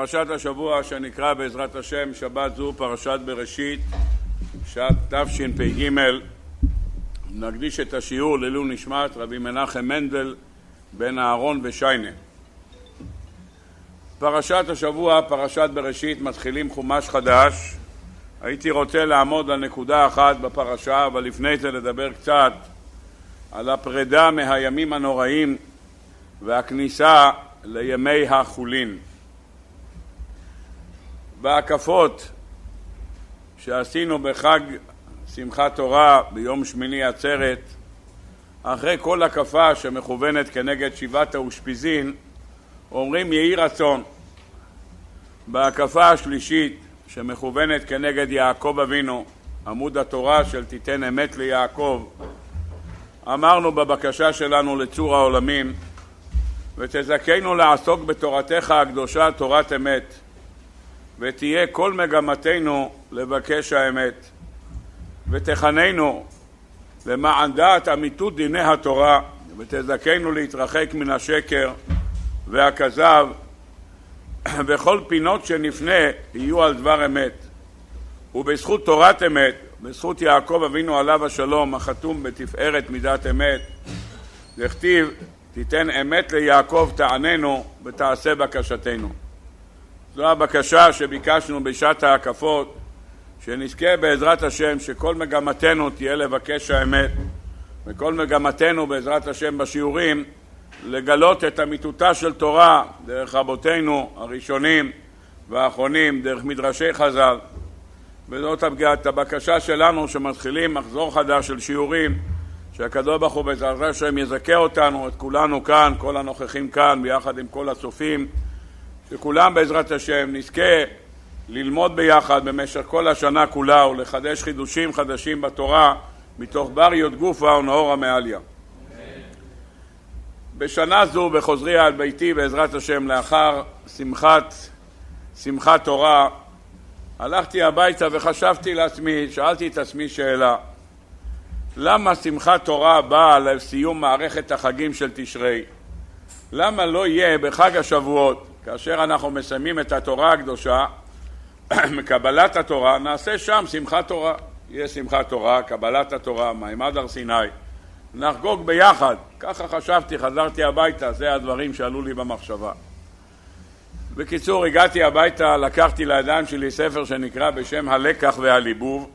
פרשת השבוע שנקרא בעזרת השם שבת זו פרשת בראשית, שעת תשפ"ג. נקדיש את השיעור לעילוי נשמת רבי מנחם מנדל בן אהרון ושיינה. פרשת השבוע, פרשת בראשית, מתחילים חומש חדש. הייתי רוצה לעמוד על נקודה אחת בפרשה, אבל לפני זה לדבר קצת על הפרידה מהימים הנוראים והכניסה לימי החולין. בהקפות שעשינו בחג שמחת תורה ביום שמיני עצרת, אחרי כל הקפה שמכוונת כנגד שבעת האושפיזין, אומרים יהי רצון. בהקפה השלישית שמכוונת כנגד יעקב אבינו, עמוד התורה של תיתן אמת ליעקב, אמרנו בבקשה שלנו לצור העולמים, ותזכנו לעסוק בתורתך הקדושה תורת אמת, ותהיה כל מגמתנו לבקש האמת, ותכננו למען דעת אמיתות דיני התורה, ותזכנו להתרחק מן השקר והכזב, וכל פינות שנפנה יהיו על דבר אמת. ובזכות תורת אמת, בזכות יעקב אבינו עליו השלום, החתום בתפארת מידת אמת, דכתיב תיתן אמת ליעקב תעננו ותעשה בקשתנו. זו הבקשה שביקשנו בשעת ההקפות, שנזכה בעזרת השם שכל מגמתנו תהיה לבקש האמת, וכל מגמתנו בעזרת השם בשיעורים לגלות את אמיתותה של תורה דרך רבותינו הראשונים והאחרונים, דרך מדרשי חז"ל. וזאת הבקשה שלנו שמתחילים מחזור חדש של שיעורים, שהקדוש ברוך הוא בעזרת השם יזכה אותנו, את כולנו כאן, כל הנוכחים כאן, ביחד עם כל הצופים, שכולם בעזרת השם נזכה ללמוד ביחד במשך כל השנה כולה ולחדש חידושים חדשים בתורה מתוך בריות גופה ונאור המעליה. בשנה זו בחוזרי על ביתי בעזרת השם לאחר שמחת תורה, הלכתי הביתה וחשבתי לעצמי, שאלתי את עצמי שאלה, למה שמחת תורה באה לסיום מערכת החגים של תשרי? למה לא יהיה בחג השבועות, כאשר אנחנו מסיימים את התורה הקדושה, מקבלת התורה, נעשה שם שמחת תורה. יהיה שמחת תורה, קבלת התורה, מעמד הר סיני, נחגוג ביחד. ככה חשבתי, חזרתי הביתה, זה הדברים שעלו לי במחשבה. בקיצור, הגעתי הביתה, לקחתי לידיים שלי ספר שנקרא בשם הלקח והליבוב,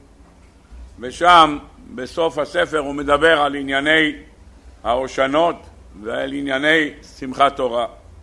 ושם בסוף הספר הוא מדבר על ענייני ההושנות ועל ענייני שמחת תורה.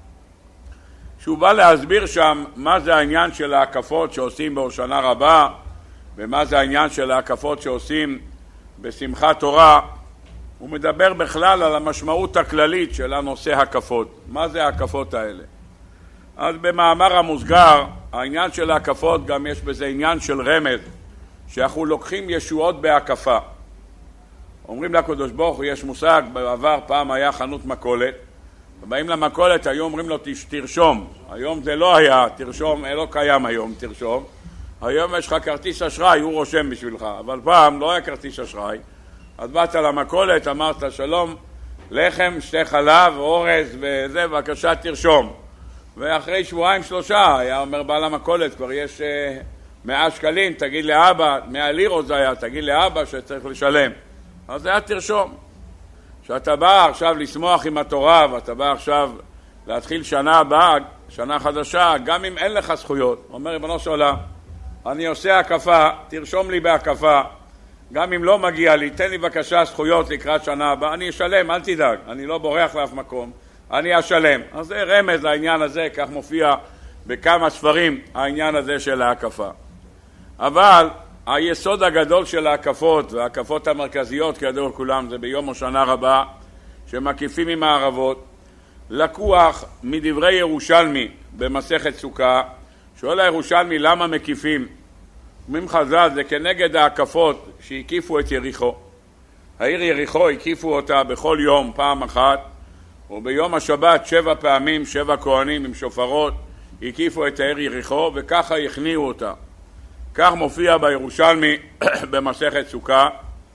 שהוא בא להסביר שם מה זה העניין של ההקפות שעושים בהושנה רבה, ומה זה העניין של ההקפות שעושים בשמחת תורה. הוא מדבר בכלל על המשמעות הכללית של הנושא הקפות. מה זה ההקפות האלה? אז במאמר המוסגר, העניין של ההקפות גם יש בזה עניין של רמז, שאנחנו לוקחים ישועות בהקפה. אומרים לקדוש ברוך הוא, יש מושג, בעבר פעם היה חנות מכולת, ובאים למכולת, היו אומרים לו תרשום. היום זה לא היה תרשום, לא קיים היום תרשום. היום יש לך כרטיס אשראי, הוא רושם בשבילך, אבל פעם לא היה כרטיס אשראי. אז באת למכולת, אמרת שלום, לחם, שתי חלב, אורז וזה, בבקשה תרשום. ואחרי שבועיים שלושה היה אומר בעל המכולת, כבר יש 100 שקלים, תגיד לאבא, 100 לירות זה היה, תגיד לאבא שצריך לשלם. אז זה היה תרשום. שאתה בא עכשיו לשמוח עם התורה, ואתה בא עכשיו להתחיל שנה הבאה, שנה חדשה, גם אם אין לך זכויות, אומר ריבונו של עולם, אני עושה הקפה, תרשום לי בהקפה, גם אם לא מגיע לי, תן לי בבקשה זכויות לקראת שנה הבאה, אני אשלם, אל תדאג, אני לא בורח לאף מקום, אני אשלם. אז זה רמז לעניין הזה, כך מופיע בכמה ספרים העניין הזה של ההקפה. אבל היסוד הגדול של ההקפות, וההקפות המרכזיות כידוע כולם, זה ביום הושנה רבה, שמקיפים עם הערבות, לקוח מדברי ירושלמי במסכת סוכה. שואל הירושלמי למה מקיפים? אומרים חז"ל, זה כנגד ההקפות שהקיפו את יריחו. העיר יריחו הקיפו אותה בכל יום פעם אחת, וביום השבת 7 פעמים 7 כהנים עם שופרות הקיפו את העיר יריחו, וככה הכניעו אותה. כך מופיע בירושלמי במסכת סוכה,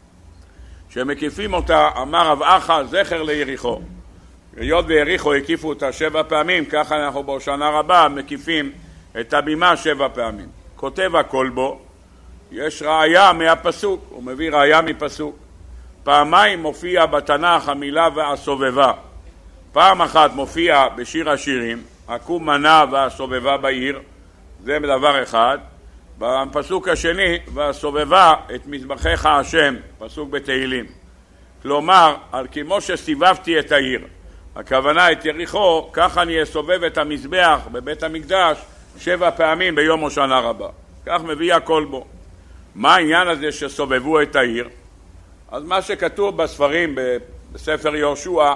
שמקיפים אותה, אמר רב אחא זכר ליריחו. היות ויריחו הקיפו אותה 7 פעמים, ככה אנחנו בהושנה רבה מקיפים את הבימה 7 פעמים. כותב הכל בו, יש ראיה מהפסוק, הוא מביא ראיה מפסוק. פעמיים מופיע בתנ"ך המילה והסובבה. פעם אחת מופיע בשיר השירים, הקום מנה והסובבה בעיר, זה דבר אחד. בפסוק השני, והסובבה את מזבחיך השם, פסוק בתהילים. כלומר, על כמו שסיבבתי את העיר, הכוונה את יריחו, כך אני אסובב את המזבח בבית המקדש 7 פעמים ביום הושענא רבה. כך מביא הכל בו. מה העניין הזה שסובבו את העיר? אז מה שכתוב בספרים, בספר יהושע,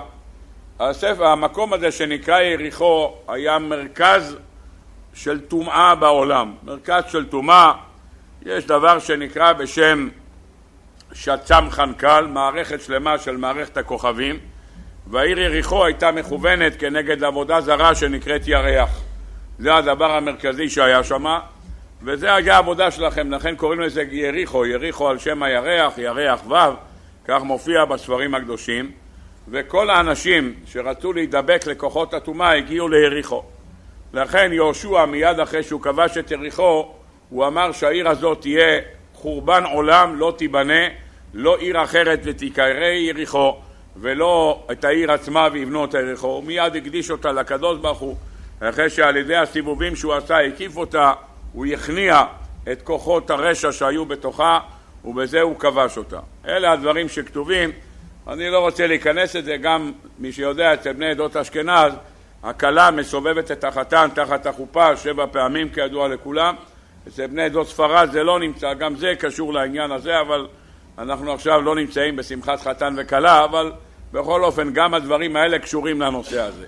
המקום הזה שנקרא יריחו היה מרכז של טומאה בעולם. מרכז של טומאה, יש דבר שנקרא בשם שצ"ם חנקל, מערכת שלמה של מערכת הכוכבים, והעיר יריחו הייתה מכוונת כנגד עבודה זרה שנקראת ירח. זה הדבר המרכזי שהיה שם, וזה היה העבודה שלכם, לכן קוראים לזה יריחו, יריחו על שם הירח, ירח ו', כך מופיע בספרים הקדושים, וכל האנשים שרצו להידבק לכוחות הטומאה הגיעו ליריחו. לכן יהושע מיד אחרי שהוא כבש את יריחו, הוא אמר שהעיר הזאת תהיה חורבן עולם, לא תיבנה, לא עיר אחרת ותיקרא יריחו, ולא את העיר עצמה ויבנו את יריחו. הוא מיד הקדיש אותה לקדוש ברוך הוא, אחרי שעל ידי הסיבובים שהוא עשה הקיף אותה, הוא יכניע את כוחות הרשע שהיו בתוכה, ובזה הוא כבש אותה. אלה הדברים שכתובים, אני לא רוצה להיכנס את זה, גם מי שיודע אצל בני עדות אשכנז, הכלה מסובבת את החתן תחת החופה 7 פעמים כידוע לכולם. אצל בני עדות ספרד זה לא נמצא, גם זה קשור לעניין הזה, אבל אנחנו עכשיו לא נמצאים בשמחת חתן וכלה, אבל בכל אופן גם הדברים האלה קשורים לנושא הזה.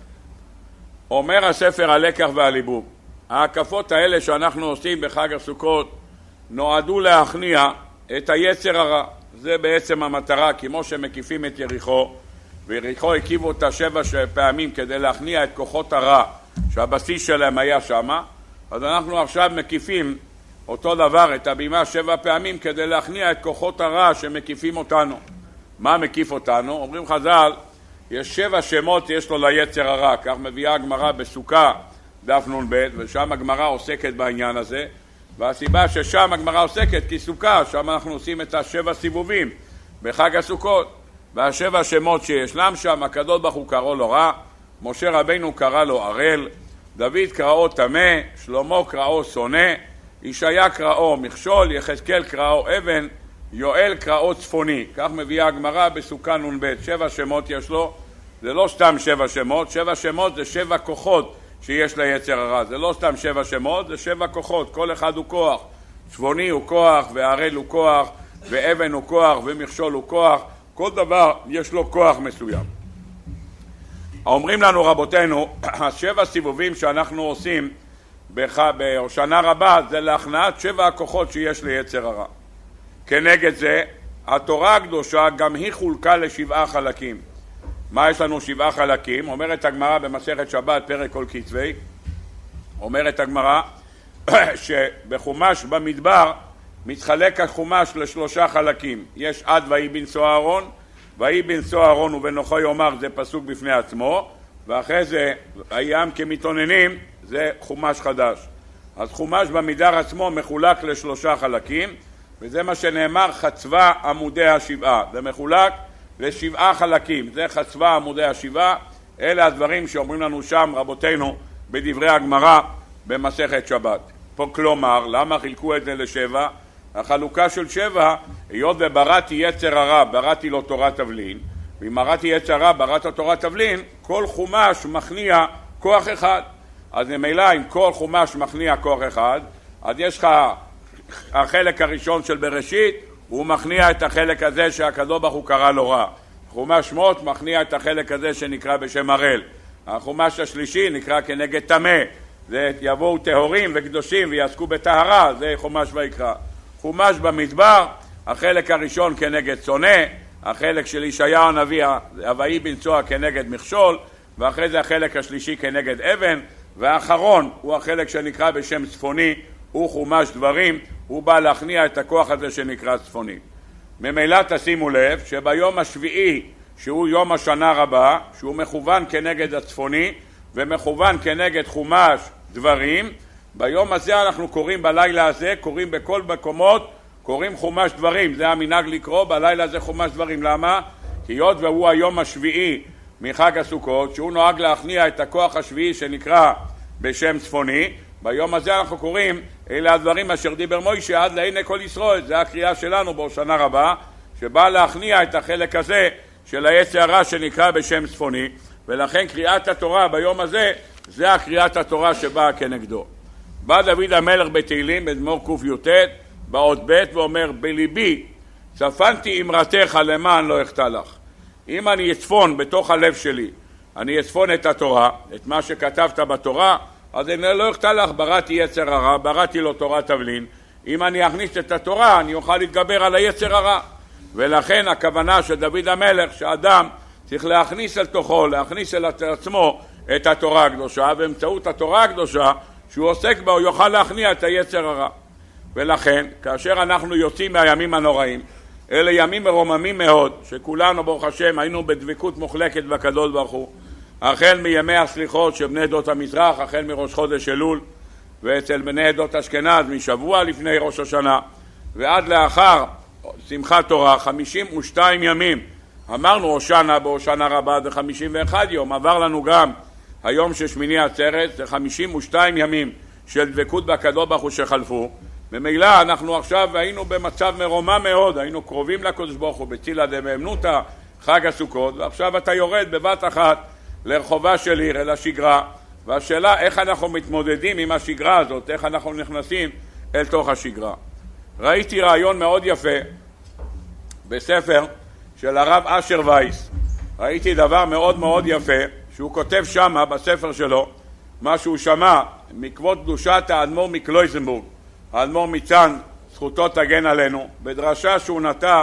אומר הספר הלקח והליבוב, ההקפות האלה שאנחנו עושים בחג הסוכות נועדו להכניע את היצר הרע. זה בעצם המטרה, כמו שמקיפים את יריחו, ויריחו הקיבו אותה 7 פעמים כדי להכניע את כוחות הרע שהבסיס שלהם היה שם, אז אנחנו עכשיו מקיפים אותו דבר, את הבימה 7 פעמים כדי להכניע את כוחות הרע שמקיפים אותנו. מה מקיף אותנו? אומרים חז"ל, יש 7 שמות יש לו ליצר הרע, כך מביאה הגמרא בסוכה דף נ"ב, ושם הגמרא עוסקת בעניין הזה, והסיבה ששם הגמרא עוסקת כי סוכה, שם אנחנו עושים את 7 סיבובים בחג הסוכות, וה7 שמות שישנם שם, הקדוש ברוך הוא קראו לו רע, משה רבינו קרא לו ערל, דוד קראו טמא, שלמה קראו שונא, ישעיה קראו מכשול, יחזקאל קראו אבן, יואל קראו צפוני. כך מביאה הגמרא בסוכה נ"ב. 7 שמות יש לו, זה לא סתם 7 שמות, 7 שמות זה 7 כוחות שיש ליצר הרע, זה לא סתם 7 שמות, זה 7 כוחות, כל אחד הוא כוח. צפוני הוא כוח, וערל הוא כוח, ואבן הוא כוח, ומכשול הוא כוח, כל דבר יש לו כוח מסוים. אומרים לנו רבותינו, 7 סיבובים שאנחנו עושים בהושענא רבה זה להכנעת 7 הכוחות שיש ליצר הרע. כנגד זה, התורה הקדושה גם היא חולקה ל7 חלקים. מה יש לנו 7 חלקים? אומרת הגמרא במסכת שבת פרק כל כתבי, אומרת הגמרא שבחומש במדבר מתחלק החומש ל3 חלקים. יש עד ויהי בנשוא אהרון, ויהי בנשוא אהרון ובנוחו יאמר, זה פסוק בפני עצמו, ואחרי זה הים כמתאוננים, זה חומש חדש. אז חומש במדבר עצמו מחולק ל3 חלקים, וזה מה שנאמר חצבה עמודי השבעה. זה מחולק ל7 חלקים, זה חצבה עמודי השבעה. אלה הדברים שאומרים לנו שם רבותינו בדברי הגמרא במסכת שבת. פה כלומר, למה חילקו את זה ל7? החלוקה של 7, היות ובראתי יצר הרע, בראתי לו תורת תבלין, ואם בראתי יצר הרע, בראת תורת תבלין, כל חומש מכניע כוח אחד. אז ממילא אם כל חומש מכניע כוח אחד, אז יש לך החלק הראשון של בראשית, הוא מכניע את החלק הזה שהקדוש ברוך הוא קרא לו רע. חומש שמות מכניע את החלק הזה שנקרא בשם ערל. החומש השלישי נקרא כנגד טמא, זה יבואו טהורים וקדושים ויעסקו בטהרה, זה חומש ויקרא. חומש במדבר, החלק הראשון כנגד שונא, החלק של ישעיהו הנביא, ויהי בנשוא כנגד מכשול, ואחרי זה החלק השלישי כנגד אבן, והאחרון הוא החלק שנקרא בשם צפוני, הוא חומש דברים, הוא בא להכניע את הכוח הזה שנקרא צפוני. ממילא תשימו לב שביום השביעי, שהוא יום השנה רבה, שהוא מכוון כנגד הצפוני ומכוון כנגד חומש דברים, ביום הזה אנחנו קוראים בלילה הזה, קוראים בכל מקומות, קוראים חומש דברים. זה המנהג לקרוא בלילה הזה חומש דברים. למה? כי היות והוא היום השביעי מחג הסוכות, שהוא נוהג להכניע את הכוח השביעי שנקרא בשם צפוני, ביום הזה אנחנו קוראים אלה הדברים אשר דיבר מוישה עד לעיני כל ישראל. זה הקריאה שלנו בהושענא רבה, שבא להכניע את החלק הזה של היצר הרע שנקרא בשם צפוני, ולכן קריאת התורה ביום הזה זה הקריאת התורה שבאה כנגדו. בא דוד המלך בתהילים במזמור ק"ט באות ב' ואומר, בליבי צפנתי אמרתך למען לא אחטא לך. אם אני אצפון בתוך הלב שלי, אני אצפון את התורה, את מה שכתבת בתורה, אז אני לא אחטא לך. בראתי יצר הרע, בראתי לו תורת תבלין. אם אני אכניס את התורה, אני אוכל להתגבר על היצר הרע. ולכן הכוונה של דוד המלך, שאדם צריך להכניס אל תוכו, להכניס אל עצמו את התורה הקדושה, באמצעות התורה הקדושה שהוא עוסק בה, הוא יוכל להכניע את היצר הרע. ולכן, כאשר אנחנו יוצאים מהימים הנוראים, אלה ימים מרוממים מאוד, שכולנו ברוך השם היינו בדבקות מוחלקת בקדוש ברוך הוא, החל מימי הסליחות של בני עדות המזרח, החל מראש חודש אלול, ואצל בני עדות אשכנז משבוע לפני ראש השנה, ועד לאחר שמחת תורה, 52 ימים. אמרנו הושענא בהושענא רבה זה 51 יום, עבר לנו גם היום של שמיני עצרת, זה 52 ימים של דבקות בקדוש ברוך הוא שחלפו. ממילא אנחנו עכשיו היינו במצב מרומם מאוד, היינו קרובים לקדוש ברוך הוא בצילה דבאמנותא, חג הסוכות, ועכשיו אתה יורד בבת אחת לרחובה של עיר, אל השגרה, והשאלה איך אנחנו מתמודדים עם השגרה הזאת, איך אנחנו נכנסים אל תוך השגרה. ראיתי רעיון מאוד יפה בספר של הרב אשר וייס, ראיתי דבר מאוד מאוד יפה שהוא כותב שמה בספר שלו מה שהוא שמע מכבוד קדושת האדמו"ר מקלויזנבורג, האדמו"ר מצאנז, זכותו תגן עלינו, בדרשה שהוא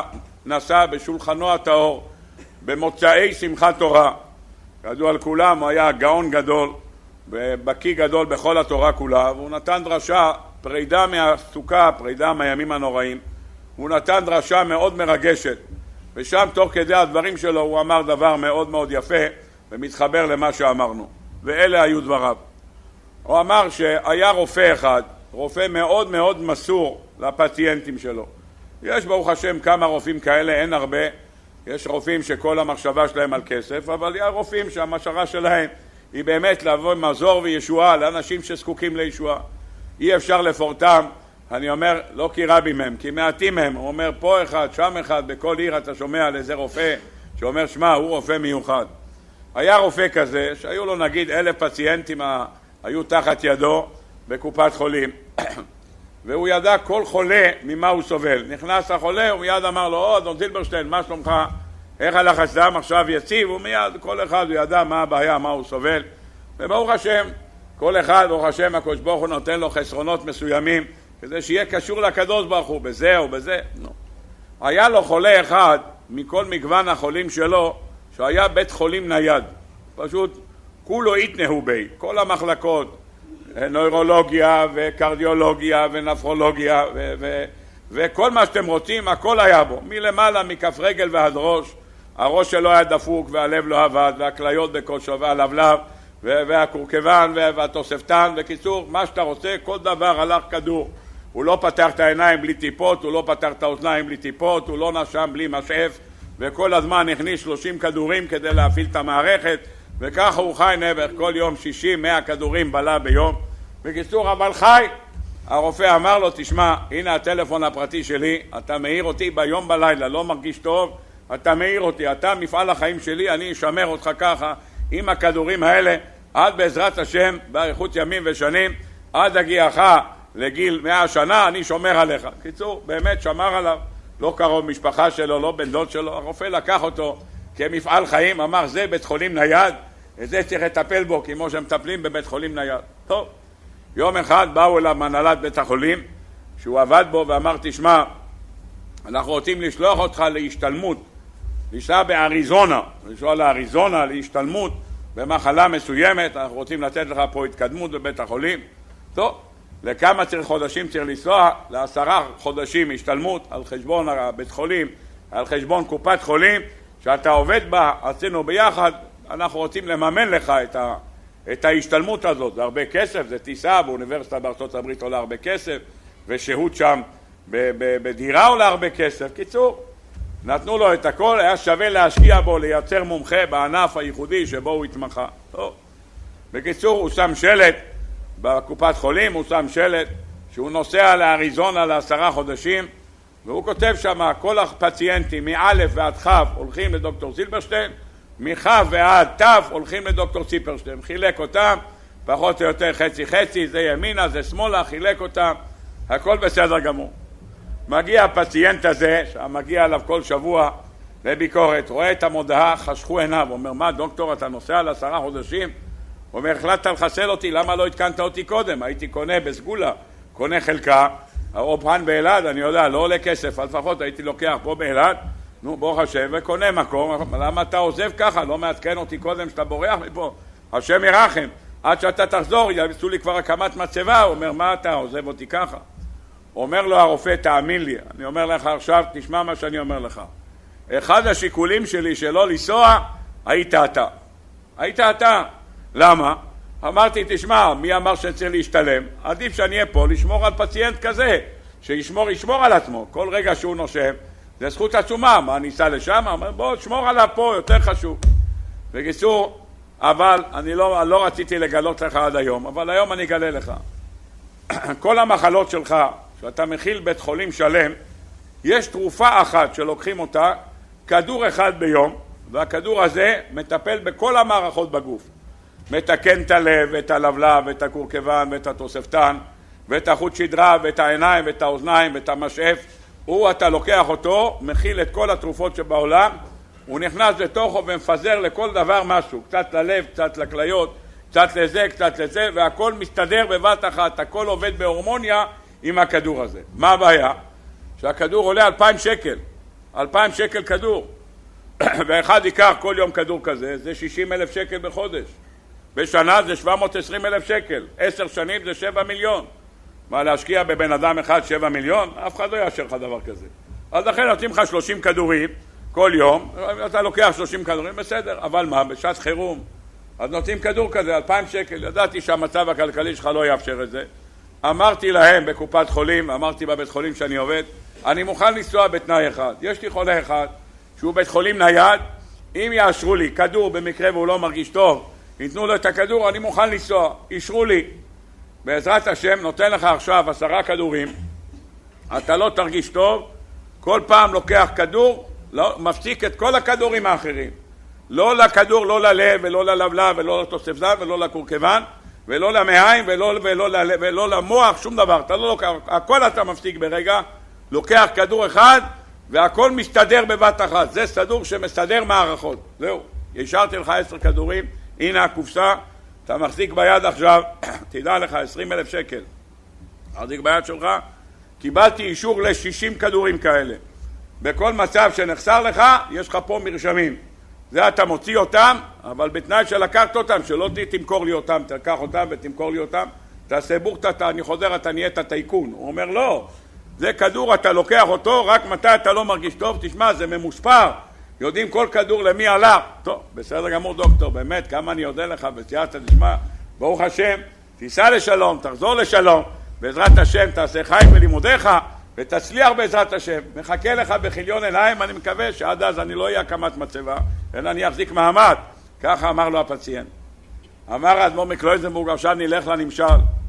נשא בשולחנו הטהור במוצאי שמחת תורה. ידוע על כולם, הוא היה גאון גדול ובקיא גדול בכל התורה כולה, והוא נתן דרשה פרידה מהסוכה, פרידה מהימים הנוראים. הוא נתן דרשה מאוד מרגשת, ושם תוך כדי הדברים שלו הוא אמר דבר מאוד מאוד יפה ומתחבר למה שאמרנו, ואלה היו דבריו. הוא אמר שהיה רופא אחד, רופא מאוד מאוד מסור לפציינטים שלו. יש ברוך השם כמה רופאים כאלה, אין הרבה, יש רופאים שכל המחשבה שלהם על כסף, אבל יש רופאים שהמטרה שלהם היא באמת לבוא מזור וישועה לאנשים שזקוקים לישועה. אי אפשר לפורטם, אני אומר, לא כי רבים הם, כי מעטים הם. הוא אומר פה אחד, שם אחד, בכל עיר אתה שומע על איזה רופא שאומר, שמה, הוא רופא מיוחד. היה רופא כזה שהיו לו נגיד 1,000 פציינטים היו תחת ידו בקופת חולים, והוא ידע כל חולה ממה הוא סובל. נכנס החולה, הוא מיד אמר לו, אדון זילברשטיין, מה שלומך? איך הלחץ דם עכשיו יציב? הוא מיד, כל אחד הוא ידע מה הבעיה, מה הוא סובל. וברוך השם, כל אחד, ברוך השם, הקדוש ברוך הוא נותן לו חסרונות מסוימים, כדי שיהיה קשור לקדוש ברוך הוא, בזה או בזה. לא. היה לו חולה אחד, מכל מגוון החולים שלו, שהיה בית חולים נייד. פשוט, כולו התנהו בי, כל המחלקות, נוירולוגיה וקרדיולוגיה ונפרולוגיה וכל מה שאתם רוצים, הכל היה בו. מלמעלה, מכף רגל ועד ראש, הראש שלו היה דפוק והלב לא עבד, והכליות בקושו והלבלב והקורקבן והתוספתן, בקיצור, מה שאתה רוצה, כל דבר הלך כדור. הוא לא פתח את העיניים בלי טיפות, הוא לא פתח את האוזניים בלי טיפות, הוא לא נשם בלי משאף, וכל הזמן הכניס 30 כדורים כדי להפעיל את המערכת, וככה הוא חי נעבר, כל יום 60-100 כדורים בלה ביום. בקיצור, אבל חי. הרופא אמר לו, תשמע, הנה הטלפון הפרטי שלי, אתה מעיר אותי ביום בלילה, לא מרגיש טוב, אתה מעיר אותי, אתה מפעל החיים שלי, אני אשמר אותך ככה, עם הכדורים האלה, עד בעזרת השם, באריכות ימים ושנים, עד הגיעך לגיל 100 שנה, אני שומר עליך. קיצור, באמת שמר עליו, לא קרוב משפחה שלו, לא בן דוד שלו, הרופא לקח אותו כמפעל חיים, אמר, זה בית חולים נייד, וזה צריך לטפל בו, כמו שמטפלים בבית חולים נייד. טוב, יום אחד באו אליו מהנהלת בית החולים, שהוא עבד בו ואמר, תשמע, אנחנו רוצים לשלוח אותך להשתלמות, לנסוע באריזונה, לנסוע לאריזונה להשתלמות במחלה מסוימת, אנחנו רוצים לתת לך פה התקדמות בבית החולים. טוב, לכמה חודשים צריך לנסוע? ל10 חודשים השתלמות על חשבון בית חולים, על חשבון קופת חולים, שאתה עובד בה, עשינו ביחד, אנחנו רוצים לממן לך את ההשתלמות הזאת, זה הרבה כסף, זה טיסה, באוניברסיטה בארצות הברית עולה הרבה כסף, ושהות שם בדירה עולה הרבה כסף. קיצור, נתנו לו את הכל, היה שווה להשקיע בו, לייצר מומחה בענף הייחודי שבו הוא התמחה. טוב. בקיצור, הוא שם שלט בקופת חולים, הוא שם שלט שהוא נוסע לאריזונה ל10 חודשים, והוא כותב שם, כל הפציינטים מא' ועד ח' הולכים לדוקטור זילברשטיין, מח' ועד ת' הולכים לדוקטור ציפרשטיין. חילק אותם, פחות או יותר חצי חצי, זה ימינה, זה שמאלה, חילק אותם, הכל בסדר גמור. מגיע הפציינט הזה, שמגיע עליו כל שבוע לביקורת, רואה את המודעה, חשכו עיניו, אומר, מה דוקטור, אתה נוסע ל10 חודשים? הוא אומר, החלטת לחסל אותי, למה לא התקנת אותי קודם? הייתי קונה בסגולה, קונה חלקה, האופרן באלעד, אני יודע, לא עולה כסף, לפחות הייתי לוקח פה באלעד, נו, ברוך השם, וקונה מקום, למה אתה עוזב ככה? לא מעדכן אותי קודם שאתה בורח מפה? השם ירחם, עד שאתה תחזור, יעשו לי כבר הקמת מצבה. הוא אומר, מה אתה עוזב אותי ככה? אומר לו הרופא, תאמין לי, אני אומר לך עכשיו, תשמע מה שאני אומר לך. אחד השיקולים שלי שלא לנסוע, היית אתה. היית אתה. למה? אמרתי, תשמע, מי אמר שצריך להשתלם? עדיף שאני אהיה פה לשמור על פציינט כזה, שישמור על עצמו. כל רגע שהוא נושם, זה זכות עצומה. מה, ניסע לשם? אומר, בוא, תשמור עליו פה, יותר חשוב. בקיצור, אבל אני לא רציתי לגלות לך עד היום, אבל היום אני אגלה לך. כל המחלות שלך, שאתה מכיל בית חולים שלם, יש תרופה אחת שלוקחים אותה, כדור אחד ביום, והכדור הזה מטפל בכל המערכות בגוף. מתקן את הלב, ואת הלבלב, ואת הקורקבן, ואת התוספתן, ואת החוט שדרה, ואת העיניים, ואת האוזניים, ואת המשאף. אתה לוקח אותו, מכיל את כל התרופות שבעולם, הוא נכנס לתוכו ומפזר לכל דבר משהו, קצת ללב, קצת לכליות, קצת לזה, קצת לזה, והכל מסתדר בבת אחת, הכל עובד בהורמוניה עם הכדור הזה. מה הבעיה? שהכדור עולה 2,000 שקל, 2,000 שקל כדור, ואחד ייקח כל יום כדור כזה, זה 60,000 שקל בחודש. בשנה זה 720,000 שקל, 10 שנים זה 7 מיליון. מה, להשקיע בבן אדם אחד 7 מיליון? אף אחד לא יאשר לך דבר כזה. אז לכן נותנים לך 30 כדורים כל יום, אתה לוקח 30 כדורים, בסדר, אבל מה, בשעת חירום, אז נותנים כדור כזה, 2,000 שקל, ידעתי שהמצב הכלכלי שלך לא יאפשר את זה. אמרתי להם בקופת חולים, אמרתי בבית חולים שאני עובד, אני מוכן לנסוע בתנאי אחד. יש לי חולה אחד שהוא בית חולים נייד, אם יאשרו לי כדור במקרה והוא לא מרגיש טוב, ייתנו לו את הכדור, אני מוכן לנסוע. אישרו לי. בעזרת השם, נותן לך עכשיו 10 כדורים, אתה לא תרגיש טוב, כל פעם לוקח כדור, לא, מפסיק את כל הכדורים האחרים. לא לכדור, לא ללב, ולא ללבלב, ולא לתוספתן, ולא לקורקבן, ולא למעיים, ולא למוח, שום דבר. אתה לא לוקח, הכל אתה מפסיק ברגע, לוקח כדור אחד, והכל מסתדר בבת אחת. זה סדור שמסתדר מערכות. זהו, השארתי לך 10 כדורים, הנה הקופסה, אתה מחזיק ביד עכשיו, תדע לך, 20,000 שקל. מחזיק ביד שלך, קיבלתי אישור ל-60 כדורים כאלה. בכל מצב שנחסר לך, יש לך פה מרשמים. זה אתה מוציא אותם, אבל בתנאי שלקחת אותם, שלא תמכור לי אותם, תקח אותם ותמכור לי אותם, תעשה בוכתה, אני חוזר, אתה נהיית טייקון. הוא אומר, לא, זה כדור, אתה לוקח אותו, רק מתי אתה לא מרגיש טוב, תשמע, זה ממוספר. יודעים כל כדור למי עלה. טוב, בסדר גמור דוקטור, באמת, כמה אני יודע לך, וסייעת, תשמע, ברוך השם, תיסע לשלום, תחזור לשלום, בעזרת השם תעשה חיים בלימודיך, ותצליח בעזרת השם. מחכה לך בכיליון עיניים, אני מקווה שעד אז אני לא אהיה הקמת מצבה, אלא אני אחזיק מעמד. ככה אמר לו הפציינט. אמר האדמו"ר מקלויזנבורג, עכשיו נלך לנמשל.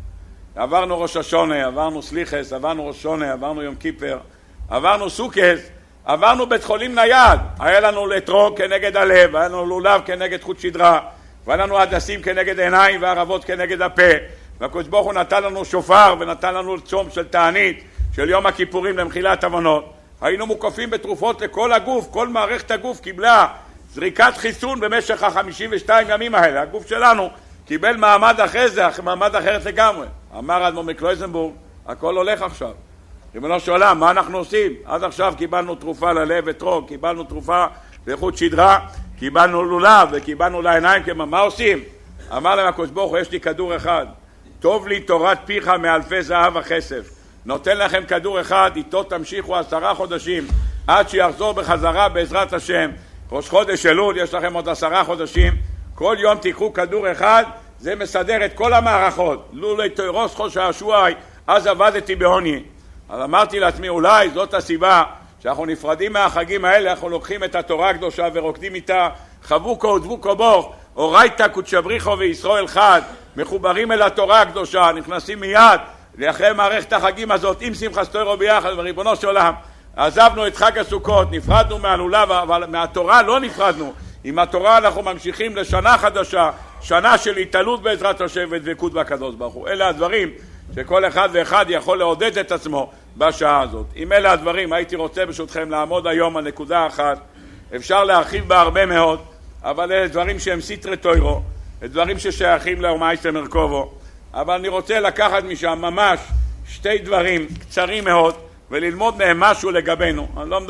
עברנו ראש השונה, עברנו סליחס, עברנו ראש שונה, עברנו יום כיפר, עברנו סוכס, עברנו בית חולים נייד. היה לנו אתרוג כנגד הלב, היה לנו לולב כנגד חוט שדרה, והיה לנו הדסים כנגד עיניים וערבות כנגד הפה. והקדוש ברוך הוא נתן לנו שופר ונתן לנו צום של תענית של יום הכיפורים למחילת עוונות. היינו מוקפים בתרופות לכל הגוף, כל מערכת הגוף קיבלה זריקת חיסון במשך ה-52 ימים האלה. הגוף שלנו קיבל מעמד אחרי זה, מעמד אחרת לגמרי. אמר האדמו"ר מקלויזנבורג, הכל הולך עכשיו. ריבונו של עולם, מה אנחנו עושים? עד עכשיו קיבלנו תרופה ללב אתרוג, קיבלנו תרופה לחוט שדרה, קיבלנו לולב וקיבלנו לעיניים, מה עושים? אמר להם הקדוש ברוך הוא, יש לי כדור אחד, טוב לי תורת פיך מאלפי זהב וכסף. נותן לכם כדור אחד, איתו תמשיכו 10 חודשים, עד שיחזור בחזרה בעזרת השם. ראש חודש אלול, יש לכם עוד 10 חודשים, כל יום תיקחו כדור אחד, זה מסדר את כל המערכות. לולי תוירוס חוש השועי, אז עבדתי בעוני. אז אמרתי לעצמי, אולי זאת הסיבה שאנחנו נפרדים מהחגים האלה, אנחנו לוקחים את התורה הקדושה ורוקדים איתה, חבוקו ודבוקו בוך, אורייתא קודשבריחו וישראל חד, מחוברים אל התורה הקדושה, נכנסים מיד לאחרי מערכת החגים הזאת, עם שמחת תורה ביחד, וריבונו של עולם, עזבנו את חג הסוכות, נפרדנו מהלולב, אבל מהתורה לא נפרדנו. עם התורה אנחנו ממשיכים לשנה חדשה, שנה של התעלות בעזרת השם ודבקות בקדוש ברוך הוא. אלה הדברים שכל אחד ואחד יכול לעודד את עצמו בשעה הזאת. עם אלה הדברים הייתי רוצה ברשותכם לעמוד היום על נקודה אחת. אפשר להרחיב בה הרבה מאוד, אבל אלה דברים שהם סתרי תוירו, דברים ששייכים לאומייסטר מרכובו. אבל אני רוצה לקחת משם ממש שתי דברים קצרים מאוד וללמוד מהם משהו לגבינו. אני לא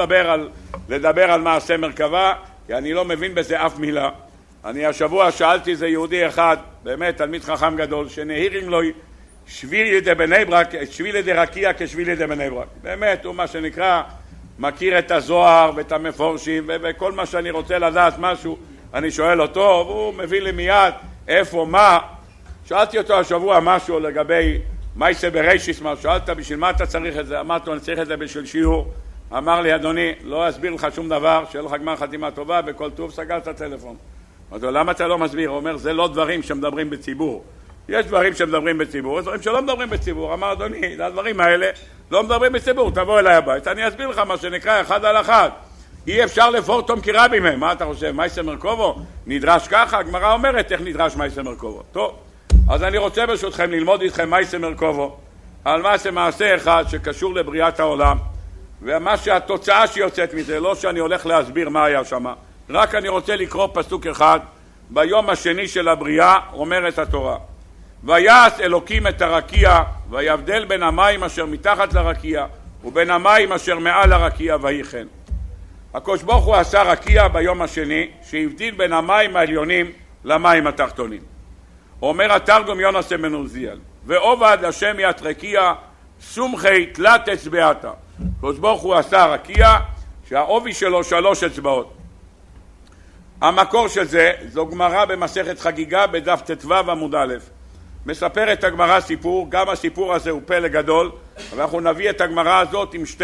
לדבר על מעשה מרכבה, כי אני לא מבין בזה אף מילה. אני השבוע שאלתי איזה יהודי אחד, באמת תלמיד חכם גדול, שנהירים לו שבילי דה בני ברק, שבילי דה רקיע כשבילי דה בני ברק. באמת, הוא מה שנקרא, מכיר את הזוהר ואת המפורשים, וכל מה שאני רוצה לדעת משהו, אני שואל אותו, והוא מביא לי מיד איפה, מה. שאלתי אותו השבוע משהו לגבי מייסה בראשיס, שאלת בשביל מה אתה צריך את זה? אמרתי לו, אני צריך את זה בשביל שיעור. אמר לי, אדוני, לא אסביר לך שום דבר, שיהיה לך גמר חתימה טובה, בכל טוב סגר את הטלפון. אמרתי לו, למה אתה לא מסביר? הוא אומר, זה לא דברים שמדברים בציבור. יש דברים שמדברים בציבור, יש דברים שלא מדברים בציבור. אמר, אדוני, הדברים האלה לא מדברים בציבור, תבוא אליי הבית, אני אסביר לך מה שנקרא אחד על אחד. אי אפשר לפורטום כרבי מהם. מה אתה חושב, מייסר מרכובו? נדרש ככה? הגמרא אומרת איך נדרש מייסר מרכובו. טוב, אז אני רוצה ברשותכם ללמוד איתכם מייסר מרכובו על מעשה אחד שקשור לבריאת העולם, ומה שהתוצאה שיוצאת מזה, לא שאני הולך להסביר מה היה שם, רק אני רוצה לקרוא פסוק אחד. ביום השני של הבריאה אומרת התורה, ויעש אלוקים את הרקיע ויבדל בין המים אשר מתחת לרקיע ובין המים אשר מעל הרקיע ויהי כן. הקדוש ברוך הוא עשה רקיע ביום השני שהבדיל בין המים העליונים למים התחתונים. אומר התרגום יונס מנוזיאל, ועובד השם ית רקיע סומכי תלת אצבעתה. הקדוש ברוך הוא עשה רקיע שהעובי שלו 3 אצבעות. המקור של זה זו גמרא במסכת חגיגה בדף ט"ו עמוד א'. מספרת הגמרא סיפור, גם הסיפור הזה הוא פלא גדול, ואנחנו נביא את הגמרא הזאת עם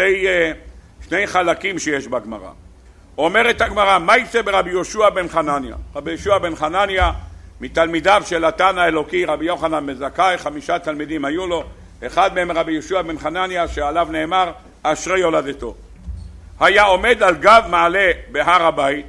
שני חלקים שיש בגמרא. אומרת הגמרא, מה יצא ברבי יהושע בן חנניה? רבי יהושע בן חנניה מתלמידיו של התנא האלוקי רבי יוחנן בן זכאי, 5 תלמידים היו לו, אחד מהם רבי יהושע בן חנניה שעליו נאמר אשרי יולדתו. היה עומד על גב מעלה בהר הבית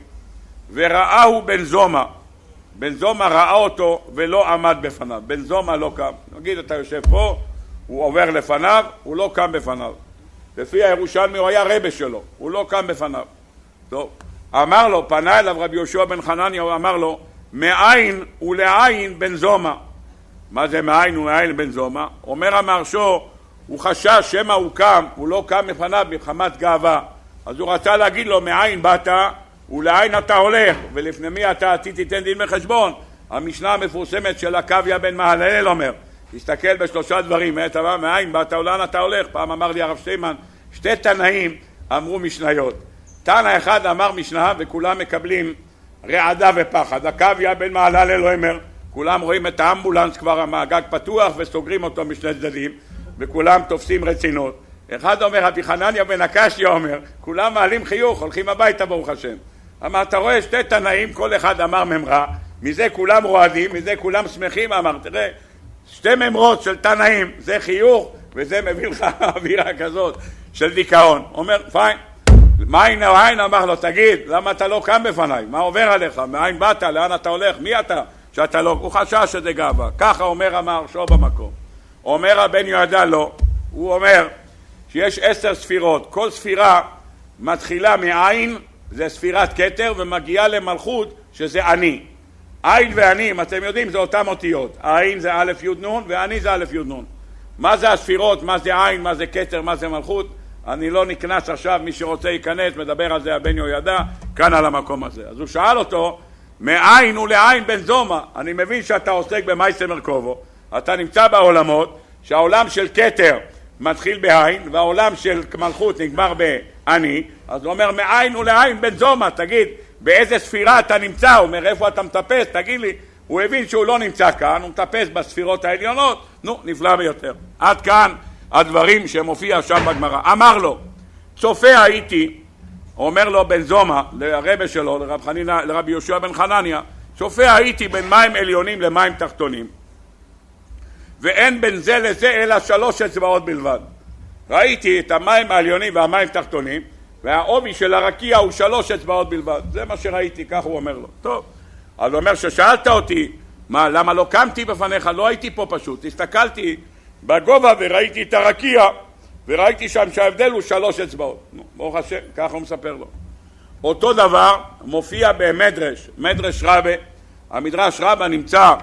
וראהו בן זומא. בן זומא ראה אותו ולא עמד בפניו. בן זומא לא קם. נגיד אתה יושב פה, הוא עובר לפניו, הוא לא קם בפניו. לפי הירושלמי הוא היה רבא שלו, הוא לא קם בפניו. טוב, אמר לו, פנה אליו רבי יהושע בן חנניה, הוא אמר לו, מאין ולעין בן זומא. מה זה מאין ולעין בן זומא? אומר המהרש"א, הוא חשש שמא הוא קם, הוא לא קם בפניו מחמת גאווה. אז הוא רצה להגיד לו, מאין באת ולעין אתה הולך, ולפני מי אתה תיתן דין וחשבון. המשנה המפורסמת של עקביה בן מהללאל אומר, תסתכל ב3 דברים, מאין באת ולאן אתה הולך. פעם אמר לי הרב שטיימן, 2 תנאים אמרו משניות. תנא אחד אמר משנה וכולם מקבלים רעדה ופחד. עקביה בן מהללאל אומר, כולם רואים את האמבולנס כבר המעגג פתוח וסוגרים אותו משני צדדים וכולם תופסים רצינות. אחד אומר, רבי חנניה בן הקשיא אומר, כולם מעלים חיוך, הולכים הביתה ברוך השם. אמר, אתה רואה 2 תנאים, כל אחד אמר ממרה, מזה כולם רועדים, מזה כולם שמחים. אמר, תראה, 2 ממרות של תנאים, זה חיוך וזה מביא לך אווירה כזאת של דיכאון. אומר, פיין, מאין או עין? אמר לו, תגיד, למה אתה לא קם בפניי? מה עובר עליך? מאין באת? לאן אתה הולך? מי אתה? שאתה לא... הוא חשש שזה גאווה. ככה אומר המהרש"א במקום. אומר הבן יהודה לו, הוא אומר שיש 10 ספירות. כל ספירה מתחילה מעין, זה ספירת כתר, ומגיעה למלכות, שזה אני. עין ואני, אם אתם יודעים, זה אותם אותיות. עין זה א' י' נ' ואני זה א' י' נ'. מה זה הספירות? מה זה עין? מה זה כתר? מה זה מלכות? אני לא נכנס עכשיו, מי שרוצה להיכנס, מדבר על זה הבן יהודה, כאן על המקום הזה. אז הוא שאל אותו, מאין ולעין בן זומא? אני מבין שאתה עוסק במייסר מרכובו, אתה נמצא בעולמות, שהעולם של כתר מתחיל בעין, והעולם של מלכות נגמר בעני, אז הוא אומר, מאין ולעין בן זומא, תגיד, באיזה ספירה אתה נמצא? הוא אומר, איפה אתה מטפס? תגיד לי, הוא הבין שהוא לא נמצא כאן, הוא מטפס בספירות העליונות, נפלא ביותר. עד כאן הדברים שמופיע שם בגמרא. אמר לו, צופה הייתי, אומר לו בן זומא, לרבי שלו, לרבי יהושע בן חנניה, צופה הייתי בין מים עליונים למים תחתונים, ואין בין זה לזה אלא 3 אצבעות בלבד. ראיתי את המים העליונים והמים תחתונים, והעובי של הרקיע הוא 3 אצבעות בלבד. זה מה שראיתי, כך הוא אומר לו. טוב, אז הוא אומר ששאלת אותי, למה לא קמתי בפניך? לא הייתי פה פשוט. הסתכלתי בגובה וראיתי את הרקיע, וראיתי שם שההבדל הוא 3 אצבעות. ברוך השם, ככה הוא מספר לו. אותו דבר מופיע במדרש, מדרש רבה. המדרש רבה נמצא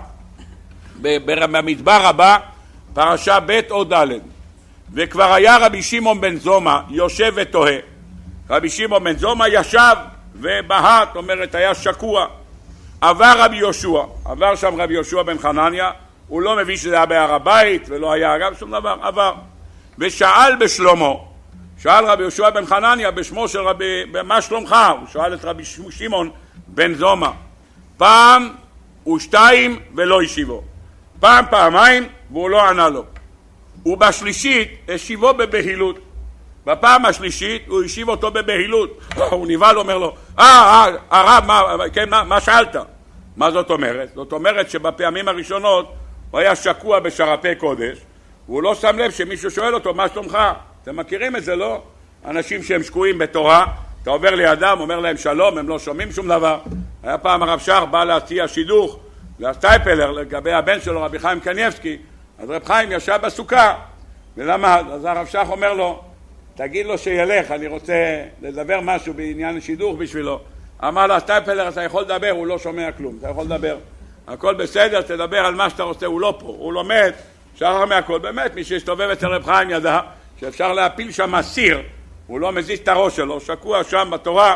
במדבר הבא, פרשה ב' או ד'. וכבר היה רבי שמעון בן זומא יושב ותוהה. רבי שמעון בן זומא ישב ובהת, אומרת היה שקוע. עבר רבי יהושע, עבר שם רבי יהושע בן חנניה, הוא לא מבין שזה היה בהר הבית ולא היה אגב שום דבר, עבר. ושאל בשלמה, שאל רבי יהושע בן חנניה בשמו של רבי, מה שלומך? הוא שאל את רבי שמעון בן זומא. פעם ושתיים ולא השיבו, פעמיים והוא לא ענה לו. ובשלישית השיבו בבהילות. בפעם השלישית הוא השיב אותו בבהילות. הוא נבהל, אומר לו, הרב, מה שאלת? מה זאת אומרת? זאת אומרת שבפעמים הראשונות הוא היה שקוע בשרפי קודש, והוא לא שם לב שמישהו שואל אותו, מה שלומך? אתם מכירים את זה, לא? אנשים שהם שקועים בתורה, אתה עובר לידם, אומר להם שלום, הם לא שומעים שום דבר. היה פעם הרב שך בא להציע שידוך לסטייפלר לגבי הבן שלו, רבי חיים קניבסקי. אז רב חיים ישב בסוכה ולמד. אז הרב שך אומר לו, תגיד לו שילך, אני רוצה לדבר משהו בעניין שידוך בשבילו. אמר לו, סטייפלר, אתה יכול לדבר, הוא לא שומע כלום, אתה יכול לדבר. הכל בסדר, תדבר על מה שאתה רוצה, הוא לא פה, הוא לומד, שחר מהכל. באמת, מי שהסתובב אצל רב חיים ידע שאפשר להפיל שם סיר, הוא לא מזיז את הראש שלו, שקוע שם בתורה,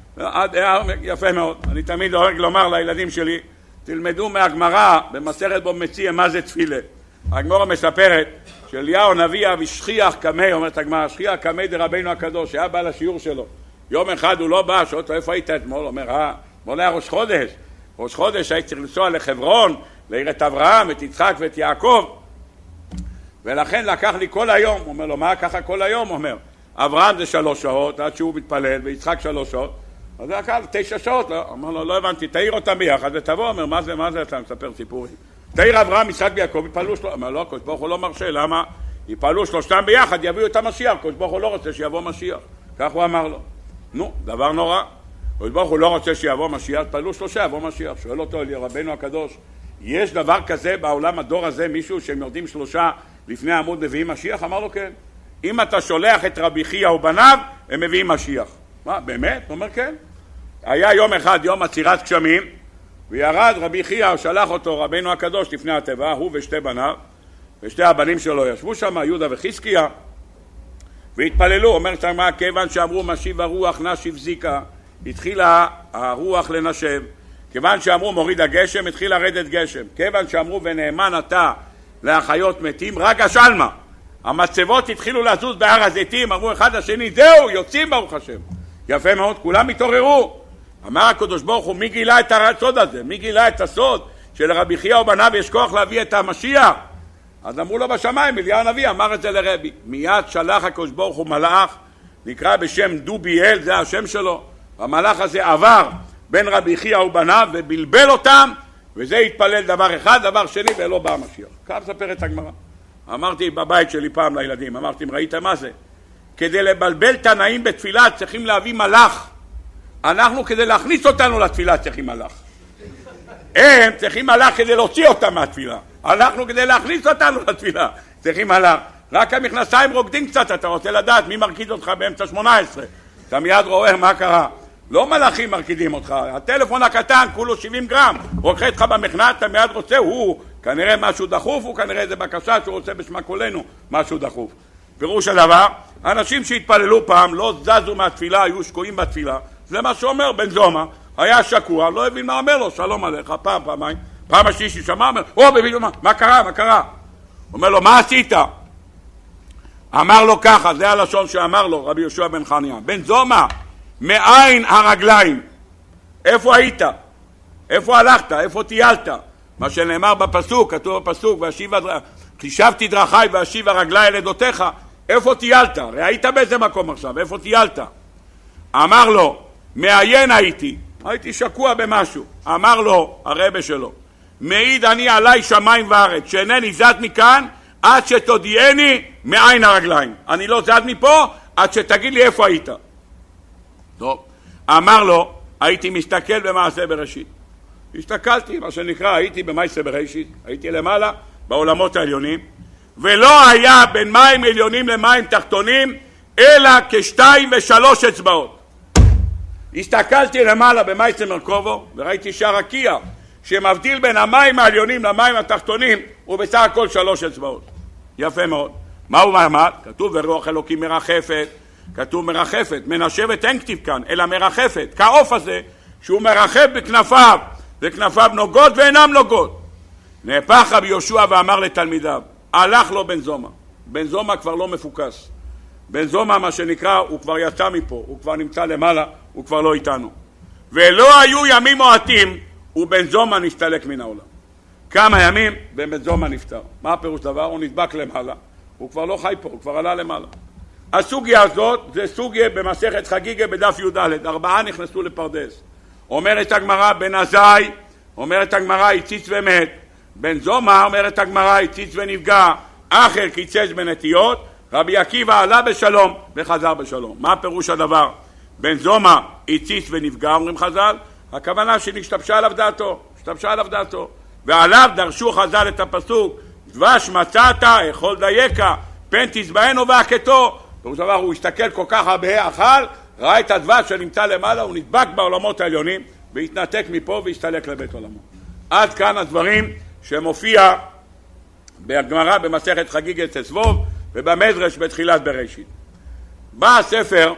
יפה מאוד. אני תמיד אוהב לומר לילדים שלי, תלמדו מהגמרא במסכת בו מציע מה זה תפילה. הגמרא מספרת שאליהו הנביא ושכיח קמי, אומרת הגמרא, שכיח קמי דרבנו הקדוש, שהיה בא לשיעור שלו. יום אחד הוא לא בא, שואל אותו איפה היית אתמול? אומר, אתמול היה ראש חודש. ראש חודש הייתי צריך לנסוע לחברון, לעיר את אברהם, את יצחק ואת יעקב. ולכן לקח לי כל היום. הוא אומר לו, מה ככה כל היום? הוא אומר, אברהם זה 3 שעות, עד שהוא מתפלל, ויצחק 3 שעות. אז זה לקח 9 שעות. אמר לו, לא הבנתי, תעיר אותם ביחד ותבוא. אומר, מה זה, אתה מספר סיפורים. תעיר אברהם, יצחק ויעקב, יפעלו 3. אמר, לא, הקדוש ברוך הוא לא מרשה, למה? יפעלו 3 ביחד, יביאו את המשיח. הקדוש ברוך הוא לא רוצה שיבוא משיח. כך הוא אמר לו. דבר נורא. הקדוש ברוך הוא לא רוצה שיבוא משיח, יפעלו 3, יבוא משיח. שואל אותו רבנו הקדוש, יש דבר כזה בעולם הדור הזה, מישהו שהם יורדים 3 לפני עמוד מביאים משיח? אמר לו, כן. אם אתה שולח את רבי חייא ובניו, הם מביאים משיח. מה, באמת? הוא אומר, כן. היה יום אחד, יום עצירת גשמים, וירד רבי חייא, שלח אותו רבנו הקדוש לפני התיבה, הוא ושתי בניו, ושתי הבנים שלו ישבו שם, יהודה וחזקיה, והתפללו. אומר שם, כיוון שאמרו משיב הרוח נשיב זיקה, התחילה הרוח לנשב. כיוון שאמרו מוריד הגשם, התחיל לרדת גשם. כיוון שאמרו ונאמן אתה להחיות מתים, רק השלמה. המצבות התחילו לזוז בהר הזיתים, אמרו אחד לשני, זהו, יוצאים ברוך השם. יפה מאוד, כולם התעוררו. אמר הקדוש ברוך הוא, מי גילה את הסוד הזה? מי גילה את הסוד שלרבי חייא ובניו יש כוח להביא את המשיח? אז אמרו לו בשמיים, אליהו הנביא אמר את זה לרבי. מיד שלח הקדוש ברוך הוא מלאך, נקרא בשם דוביאל, זה השם שלו. המלאך הזה עבר בין רבי חייא ובניו ובלבל אותם, וזה התפלל דבר אחד, דבר שני, ולא בא המשיח. כך מספרת הגמרא. אמרתי בבית שלי פעם לילדים, אמרתי, ראיתם מה זה? כדי לבלבל תנאים בתפילה צריכים להביא מלאך. אנחנו כדי להכניס אותנו לתפילה צריכים מלאך. הם צריכים מלאך כדי להוציא אותם מהתפילה. אנחנו כדי להכניס אותנו לתפילה צריכים מלאך. רק המכנסיים רוקדים קצת, אתה רוצה לדעת מי מרקיד אותך באמצע 18. אתה מיד רואה מה קרה. לא מלאכים מרקידים אותך, הטלפון הקטן כולו 70 גרם, רוקח אותך במכנס, אתה מיד רוצה, הוא כנראה משהו דחוף, הוא כנראה זה בקשה שהוא רוצה בשמה כולנו משהו דחוף. פירוש הדבר, אנשים שהתפללו פעם לא זזו מהתפילה, היו שקועים בתפילה, זה מה שאומר בן זומא, היה שקוע, לא הבין מה אומר לו, שלום עליך, פעמיים, פעם השלישית שמע, אומר, מה קרה? אומר לו, מה עשית? אמר לו ככה, זה הלשון שאמר לו רבי יהושע בן חנניה, בן זומא, מאין הרגליים? איפה היית? איפה הלכת? איפה טיילת? מה שנאמר בפסוק, כתוב בפסוק, חישבתי דרכי ואשיבה רגלי אל עדותיך. איפה טיילת? הרי היית באיזה מקום עכשיו, איפה טיילת? אמר לו, מעיין הייתי שקוע במשהו. אמר לו הרבא שלו, מעיד אני עלי שמיים וארץ, שאינני זז מכאן עד שתודיעני מעין הרגליים. אני לא זז מפה עד שתגיד לי איפה היית. טוב. אמר לו, הייתי מסתכל במעשה בראשית. הסתכלתי, מה שנקרא, הייתי במעשה בראשית, הייתי למעלה בעולמות העליונים, ולא היה בין מים עליונים למים תחתונים אלא כשתיים ושלוש אצבעות. הסתכלתי למעלה במעשה מרכובו וראיתי שהרקיע שמבדיל בין המים העליונים למים התחתונים הוא בסך הכל 3 אצבעות. יפה מאוד. מה הוא מעמד? כתוב ורוח אלוקים מרחפת, כתוב מרחפת, מנשבת אין כתיב כאן, אלא מרחפת, כעוף הזה שהוא מרחף בכנפיו, וכנפיו נוגות ואינם נוגות. נהפך רבי יהושע ואמר לתלמידיו, הלך לו בן זומא. בן זומא כבר לא מפוקס. בן זומא, מה שנקרא, הוא כבר יצא מפה, הוא כבר נמצא למעלה, הוא כבר לא איתנו. ולא היו ימים מועטים, ובן זומא נסתלק מן העולם. כמה ימים, ובן זומא נפטר. מה הפירוש דבר? הוא נדבק למעלה, הוא כבר לא חי פה, הוא כבר עלה למעלה. הסוגיה הזאת זה סוגיה במסכת חגיגה בדף י"ד, 4 נכנסו לפרדס. אומרת הגמרא בן עזאי, אומרת הגמרא הציץ ומת, בן זומא אומרת הגמרא הציץ ונפגע, אחר קיצץ בנטיות, רבי עקיבא עלה בשלום וחזר בשלום. מה פירוש הדבר? בן זומא הציץ ונפגע, אומרים חז"ל, הכוונה שנשתבשה עליו דעתו, השתבשה עליו דעתו, ועליו דרשו חז"ל את הפסוק, דבש מצאת, אכול דייקה, פן תזבענו והכתו. פירוש דבר, הוא הסתכל כל כך הרבה, אכל, ראה את הדבש שנמצא למעלה, הוא נדבק בעולמות העליונים, והתנתק מפה והסתלק לבית עולמו. עד כאן הדברים שמופיע בגמרא במסכת חגיגת סבוב ובמדרש בתחילת בראשית. בא הספר,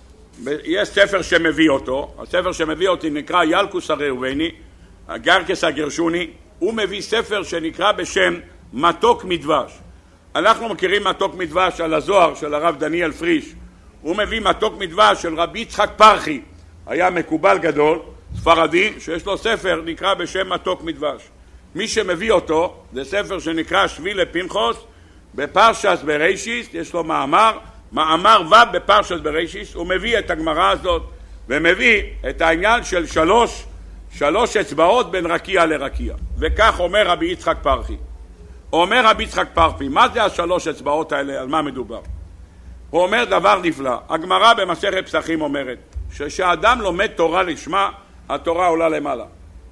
יש ספר שמביא אותו, הספר שמביא אותי נקרא ילקוס הראובני, גרקס הגרשוני, הוא מביא ספר שנקרא בשם מתוק מדבש. אנחנו מכירים מתוק מדבש על הזוהר של הרב דניאל פריש, הוא מביא מתוק מדבש של רבי יצחק פרחי, היה מקובל גדול, ספרדי, שיש לו ספר נקרא בשם מתוק מדבש. מי שמביא אותו, זה ספר שנקרא שביל לפנחס, בפרשת בראשית, יש לו מאמר ו' בפרשת בראשית, הוא מביא את הגמרא הזאת, ומביא את העניין של שלוש אצבעות בין רקיע לרקיע. וכך אומר רבי יצחק פרחי. אומר רבי יצחק פרחי, מה זה 3 אצבעות האלה, על מה מדובר? הוא אומר דבר נפלא. הגמרא במסכת פסחים אומרת, שכשאדם לומד תורה לשמה, התורה עולה למעלה.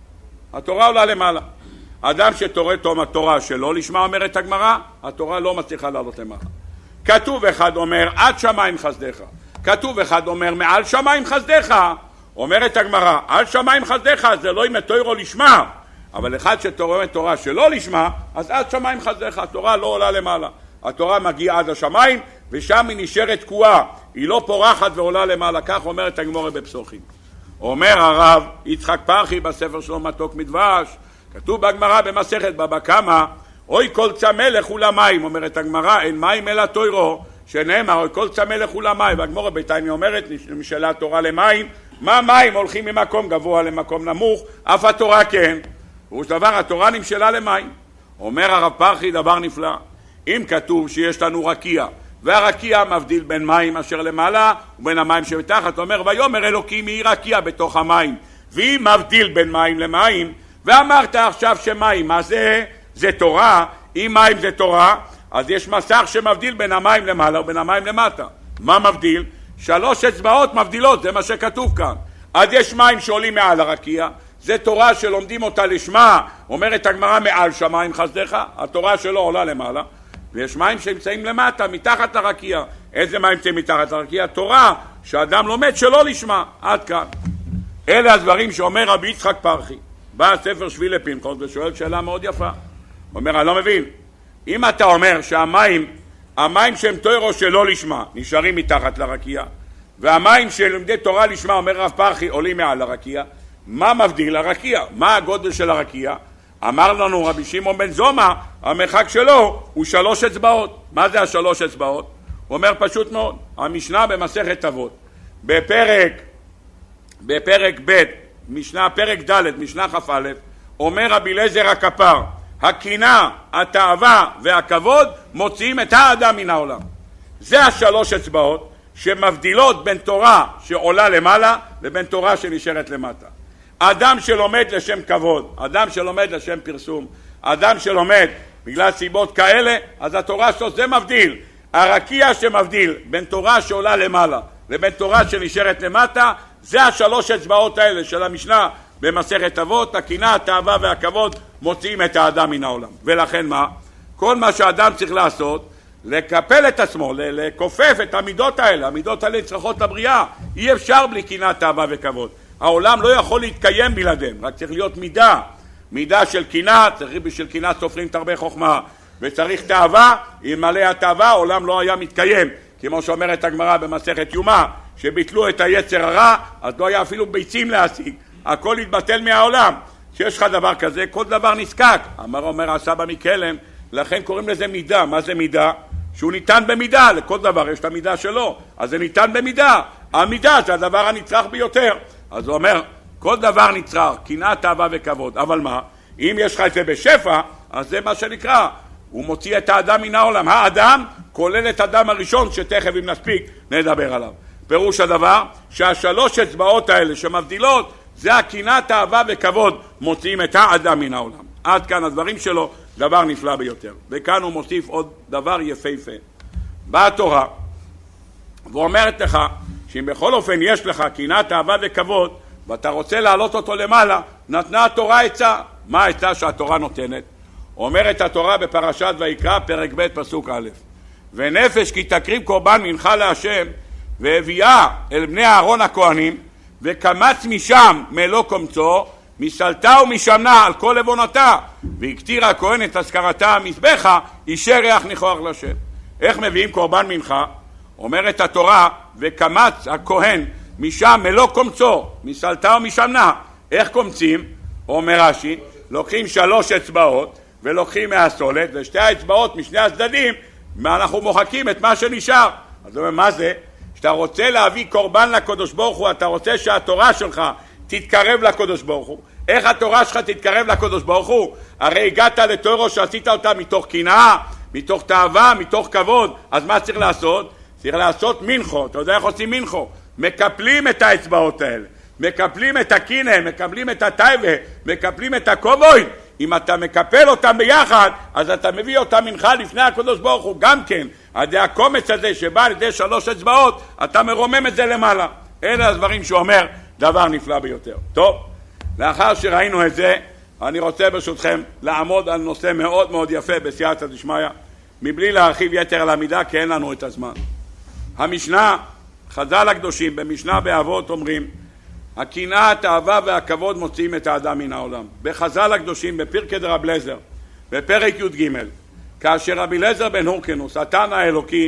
התורה עולה למעלה. אדם שתורה תורה שלא לשמה, אומרת הגמרא, התורה לא מצליחה לעלות למעלה. כתוב אחד אומר, עד שמיים חסדך. כתוב אחד אומר, מעל שמיים חסדך. אומרת הגמרא, על שמיים חסדך, זה לא אם תורה לשמה. אבל אחד שתורה תורה שלא לשמה, אז עד שמיים חסדך, התורה לא עולה למעלה. התורה מגיעה עד השמיים, ושם היא נשארת תקועה. היא לא פורחת ועולה למעלה. כך אומרת הגמרא בפסוחים. אומר הרב יצחק פרחי בספר שלו מתוק מדבש, כתוב בגמרא במסכת בבא קמא, אוי כל צמא לכו למים, אומרת הגמרא, אין מים אלא תוירו, שנאמר אוי כל צמא לכו למים, והגמרא בתניא אומרת, נשאלה התורה למים, מה מים הולכים ממקום גבוה למקום נמוך, אף התורה כן. פירוש דבר, התורה נמשלה למים. אומר הרב פרחי דבר נפלא, אם כתוב שיש לנו רקיע, והרקיע מבדיל בין מים אשר למעלה ובין המים שמתחת, אומר ויאמר אלוקים היא רקיע בתוך המים, והיא מבדיל בין מים למים, ואמרת עכשיו שמים, מה זה? זה תורה. אם מים זה תורה, אז יש מסך שמבדיל בין המים למעלה ובין המים למטה. מה מבדיל? 3 אצבעות מבדילות, זה מה שכתוב כאן. אז יש מים שעולים מעל הרקיע, זה תורה שלומדים אותה לשמה, אומרת הגמרא מעל שמיים חסדך, התורה שלו עולה למעלה, ויש מים שנמצאים למטה, מתחת לרקיע. איזה מים נמצאים מתחת לרקיע? תורה שאדם לומד שלא לשמה. עד כאן. אלה הדברים שאומר רבי יצחק פרחי. בא הספר שביל לפנחס ושואל שאלה מאוד יפה. הוא אומר, אני לא מבין. אם אתה אומר שהמים שהם תורה שלא לשמה, נשארים מתחת לרקיע, והמים שלומדי תורה לשמה, אומר רב פרחי, עולים מעל הרקיע, מה מבדיל הרקיע? מה הגודל של הרקיע? אמר לנו רבי שמעון בן זומא, המרחק שלו הוא 3 אצבעות. מה זה 3 אצבעות? הוא אומר פשוט מאוד. המשנה במסכת אבות, בפרק ב', פרק ד', משנה כ"א, אומר רבי אליעזר הכפר, הקנאה, התאווה והכבוד מוציאים את האדם מן העולם. זה השלוש אצבעות שמבדילות בין תורה שעולה למעלה לבין תורה שנשארת למטה. אדם שלומד לשם כבוד, אדם שלומד לשם פרסום, אדם שלומד בגלל סיבות כאלה, אז התורה שלו זה מבדיל. הרקיע שמבדיל בין תורה שעולה למעלה לבין תורה שנשארת למטה, זה השלוש אצבעות האלה של המשנה במסכת אבות, הקנאה, התאווה והכבוד מוציאים את האדם מן העולם. ולכן מה? כל מה שהאדם צריך לעשות, לקפל את עצמו, לכופף את המידות האלה. המידות האלה צריכות לבריאה. אי אפשר בלי קנאה, תאווה וכבוד. העולם לא יכול להתקיים בלעדיהם, רק צריך להיות מידה. מידה של קנאה, צריך בשביל קנאה סופרים תרבה חוכמה. וצריך תאווה, אלמלא התאווה העולם לא היה מתקיים. כמו שאומרת הגמרא במסכת יומא, שביטלו את היצר הרע, אז לא היה אפילו ביצים להשיג. הכל התבטל מהעולם. שיש לך דבר כזה, כל דבר נזקק. אומר הסבא מקלם, לכן קוראים לזה מידה. מה זה מידה? שהוא ניתן במידה, לכל דבר יש את המידה שלו, אז זה ניתן במידה. המידה זה הדבר הנצרך ביותר. אז הוא אומר, כל דבר נצרך, קנאה, תאווה וכבוד. אבל מה? אם יש לך את זה בשפע, אז זה מה שנקרא, הוא מוציא את האדם מן העולם. האדם כולל את האדם הראשון, שתכף אם נספיק נדבר עליו. פירוש הדבר, שהשלוש אצבעות האלה שמבדילות, זה הקנאה, תאווה וכבוד, מוציאים את האדם מן העולם. עד כאן הדברים שלו, דבר נפלא ביותר. וכאן הוא מוסיף עוד דבר יפהפה. באה התורה ואומרת לך שאם בכל אופן יש לך קנאה, תאווה וכבוד ואתה רוצה להעלות אותו למעלה, נתנה התורה עצה. מה העצה שהתורה נותנת? אומרת התורה בפרשת ויקרא פרק ב' פסוק א', ונפש כי תקריב קורבן מנחה להשם, והביאה אל בני אהרון הכהנים, וקמץ משם מלוא קומצו, מסלתה ומשמנה על כל לבונתה, והקטיר הכהן את הזכרתה המזבחה, אישר ריח ניחוח לשם. איך מביאים קורבן מנחה? אומרת התורה, וקמץ הכהן משם מלוא קומצו, מסלתה ומשמנה. איך קומצים? אומר רש"י, לוקחים 3 אצבעות ולוקחים מהסולת, ושתי האצבעות משני הצדדים, אנחנו מוחקים את מה שנשאר. אז אומר, מה זה? שאתה רוצה להביא קורבן לקדוש ברוך הוא, אתה רוצה שהתורה שלך תתקרב לקדוש ברוך הוא. איך התורה שלך תתקרב לקדוש ברוך הוא? הרי הגעת לתורה שעשית אותה מתוך קנאה, מתוך תאווה, מתוך כבוד. אז מה צריך לעשות? צריך לעשות מנחו. אתה יודע איך עושים מנחו? מקפלים את האצבעות האלה, מקפלים את הקנאה, מקפלים את התאווה, מקפלים את הכבוד. אם אתה מקפל אותם ביחד, אז אתה מביא אותם מנחה לפני הקדוש ברוך הוא. גם כן, על ידי הקומץ הזה שבא על ידי 3 אצבעות, אתה מרומם את זה למעלה. אלה הדברים שאומר דבר נפלא ביותר. טוב, לאחר שראינו את זה, אני רוצה ברשותכם לעמוד על נושא מאוד מאוד יפה בסייעתא דשמיא, מבלי להרחיב יתר על המידה, כי אין לנו את הזמן. המשנה, חז"ל הקדושים במשנה באבות אומרים, הקנאה, התאווה והכבוד מוציאים את האדם מן העולם. בחז"ל הקדושים בפרקי דרבי אליעזר בפרק י"ג, כאשר רבי אליעזר בן הורקנוס, התנא האלוקי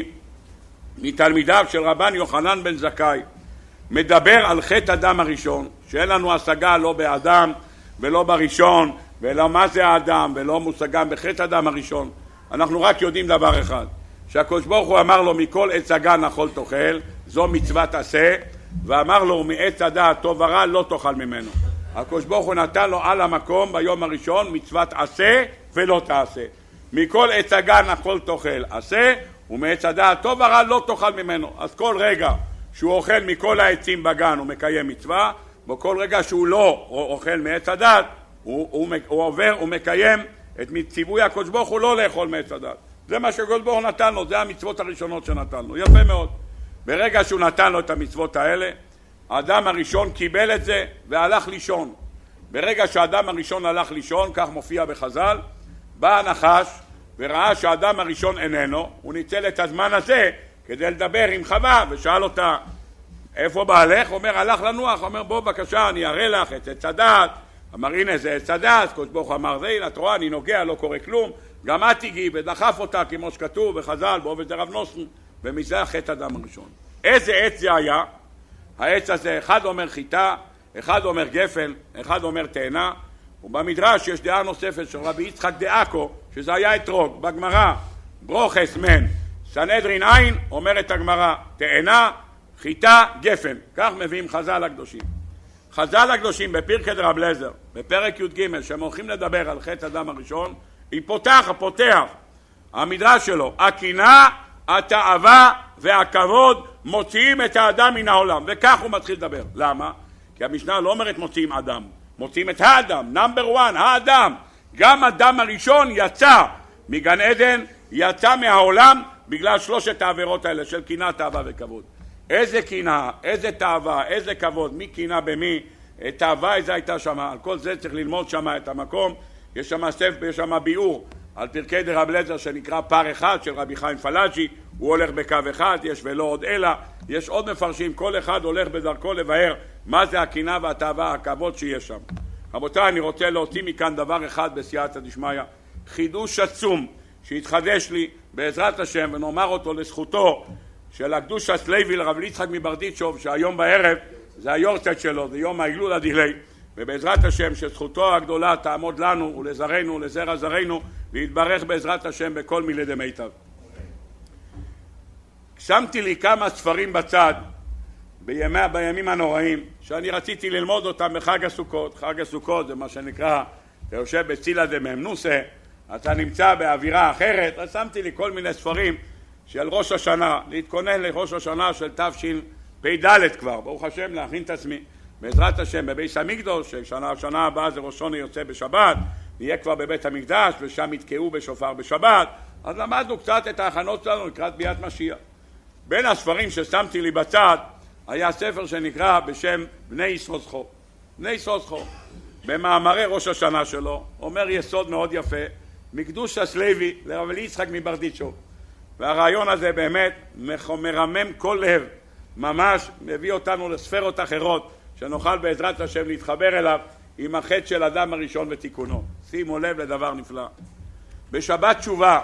מתלמידיו של רבן יוחנן בן זכאי, מדבר על חטא אדם הראשון, שאין לנו השגה לא באדם ולא בראשון, ולא מה זה האדם, ולא מושגה בחטא אדם הראשון. אנחנו רק יודעים דבר אחד, שהקדוש ברוך הוא אמר לו, מכל עץ הגן אכול תאכל, זו מצוות עשה, ואמר לו, מעץ הדעת טוב ורע לא תאכל ממנו. הקדוש ברוך הוא נתן לו על המקום ביום הראשון מצוות עשה ולא תעשה. מכל עץ הגן אכול תאכל עשה, ומעץ הדעת טוב ורע לא תאכל ממנו. אז כל רגע שהוא אוכל מכל העצים בגן הוא מקיים מצווה, וכל רגע שהוא לא אוכל מעץ הדעת הוא עובר ומקיים את ציווי הקדוש ברוך הוא לא לאכול מעץ הדעת. זה מה שהקדוש ברוך הוא נתן לו, זה המצוות הראשונות שנתן לו. יפה מאוד. ברגע שהוא נתן לו את המצוות האלה, האדם הראשון קיבל את זה והלך לישון. ברגע שהאדם הראשון הלך לישון, כך מופיע בחז"ל, בא הנחש וראה שהאדם הראשון איננו, הוא ניצל את הזמן הזה כדי לדבר עם חווה ושאל אותה, איפה בעלך? אומר, הלך לנוח. אומר, בוא בבקשה, אני אראה לך את עץ הדעת. אמר, הנה זה עץ הדעת. קדוש ברוך הוא אמר, זה הנה, את רואה, אני נוגע, לא קורה כלום. גם את תגיעי, ודחף אותה כמו שכתוב בחז"ל, בעובד דרב נוסן, ומזה החטא אדם הראשון. איזה עץ זה היה? העץ הזה, אחד אומר חיטה, אחד אומר גפן, אחד אומר תאנה, ובמדרש יש דעה נוספת של רבי יצחק דעכו, שזה היה אתרוג. בגמרא, ברוכס מן, סנהדרין עין, אומרת הגמרא, תאנה, חיטה, גפן. כך מביאים חז"ל הקדושים. חז"ל הקדושים בפרקי דרב אליעזר, בפרק י"ג, שהם הולכים לדבר על חטא אדם הראשון, היא פותח המדרש שלו, הקנאה, התאווה והכבוד מוציאים את האדם מן העולם, וכך הוא מתחיל לדבר. למה? כי המשנה לא אומרת מוציאים אדם, מוציאים את האדם, נאמבר 1, האדם. גם אדם הראשון יצא מגן עדן, יצא מהעולם בגלל שלושת העבירות האלה של קנאה, תאווה וכבוד. איזה קנאה, איזה תאווה, איזה כבוד, מי קנאה במי, תאווה איזה הייתה שם, על כל זה צריך ללמוד שם את המקום. יש שם ביאור על פרקי דרב אליעזר שנקרא פר אחד של רבי חיים פלאג'י, הוא הולך בקו אחד, יש ולא עוד אלא, יש עוד מפרשים, כל אחד הולך בדרכו לבאר מה זה הקנאה והתאווה, הכבוד שיש שם. רבותיי, אני רוצה להוציא מכאן דבר אחד בסייעתא דשמיא, חידוש עצום שהתחדש לי בעזרת השם, ונאמר אותו לזכותו של הקדוש הסלוי לרב יצחק מברדיצ'וב, שהיום בערב זה היורצייט שלו, זה יום ההילולה דילי, ובעזרת השם שזכותו הגדולה תעמוד לנו ולזרענו ולזרע זרענו, להתברך בעזרת השם בכל מילי דמיטב. שמתי לי כמה ספרים בצד בימים הנוראים שאני רציתי ללמוד אותם בחג הסוכות. חג הסוכות זה מה שנקרא, אתה יושב בצילה דממנוסה, אתה נמצא באווירה אחרת, אז שמתי לי כל מיני ספרים של ראש השנה, להתכונן לראש השנה של תשפ"ד כבר, ברוך השם, להכין את עצמי בעזרת השם בבית המקדוש, ששנה הבאה זה ראש השנה יוצא בשבת, נהיה כבר בבית המקדש ושם יתקעו בשופר בשבת, אז למדנו קצת את ההכנות שלנו לקראת ביאת משיח. בין הספרים ששמתי לי בצד היה ספר שנקרא בשם בני ישרוצחו. בני ישרוצחו, במאמרי ראש השנה שלו, אומר יסוד מאוד יפה, מקדוש הסלוי לרב יצחק מברדיצ'וב. והרעיון הזה באמת מרמם כל לב, ממש מביא אותנו לספרות אחרות, שנוכל בעזרת השם להתחבר אליו עם החטא של אדם הראשון ותיקונו. שימו לב לדבר נפלא. בשבת תשובה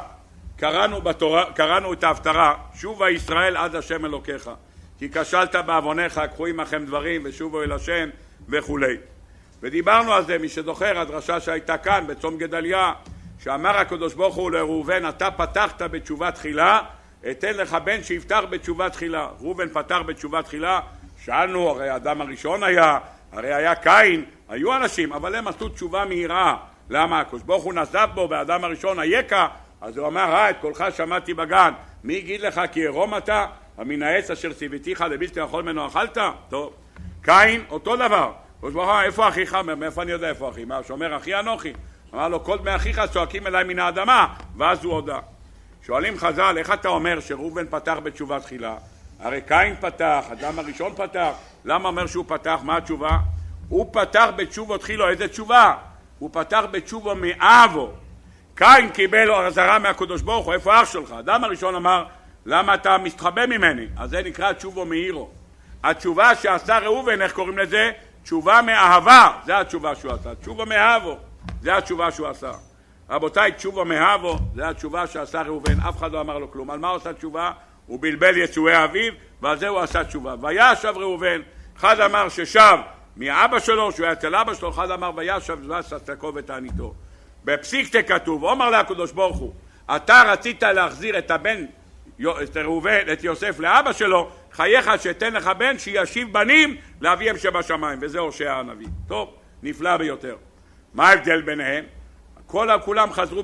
קראנו את ההפטרה, שובה ישראל עד השם אלוקיך, כי כשלת בעוונך, קחו עמכם דברים ושובו אל השם וכולי. ודיברנו על זה, מי שזוכר, הדרשה שהייתה כאן בצום גדליה, שאמר הקדוש ברוך הוא לראובן, אתה פתחת בתשובה תחילה, אתן לך בן שיפתח בתשובה תחילה. ראובן פתח בתשובה תחילה, שאלנו, הרי האדם הראשון היה, הרי היה קין, היו אנשים, אבל הם עשו תשובה מהירה. למה? הקדוש ברוך הוא נזף בו באדם הראשון היקה, אז הוא אמר, את קולך שמעתי בגן, מי יגיד לך כי ערום אתה? מן העץ אשר ציוויתיך לבלתי לאכול ממנו אכלת? טוב. קין, אותו דבר. קדוש ברוך הוא, איפה אחיך? מאיפה אני יודע איפה אחי? מה, שאומר אחי אנוכי? אמר לו, כל בני אחיך צועקים אליי מן האדמה, ואז הוא הודה. שואלים חז"ל, איך אתה אומר שראובן פתח בתשובה תחילה? הרי קין פתח, אדם הראשון פתח, למה אומר שהוא פתח? מה התשובה? הוא פתח בתשובה תחילו, איזה תשובה? הוא פתח בתשובה מאבו. קין קיבל עזרה מהקדוש ברוך הוא, איפה אח שלך? אדם הראשון אמר, למה אתה מסתחבא ממני? אז זה נקרא תשובה מאירו. התשובה שעשה ראובן, איך קוראים לזה? תשובה מאהבה, זה התשובה שהוא עשה. תשובה מאהבו, זה התשובה שהוא עשה. רבותיי, תשובה מאהבו, זה התשובה שעשה ראובן, אף אחד לא אמר לו כלום. על מה הוא עשה תשובה? הוא בלבל יצואי אביו, ועל זה הוא עשה תשובה. וישב ראובן, אחד אמר ששב מאבא שלו, שהוא היה אצל אבא שלו, אחד אמר וישב ועסקו ותעניתו. בפסיקתא כתוב, אומר לה הקדוש ברוך הוא, אתה רצית להחזיר את הבן, את ראובן, את יוסף לאבא שלו, חייך שתן לך בן שישיב בנים לאביהם שבשמיים, וזה הושע הנביא. טוב, נפלא ביותר. מה ההבדל ביניהם? כולם חזרו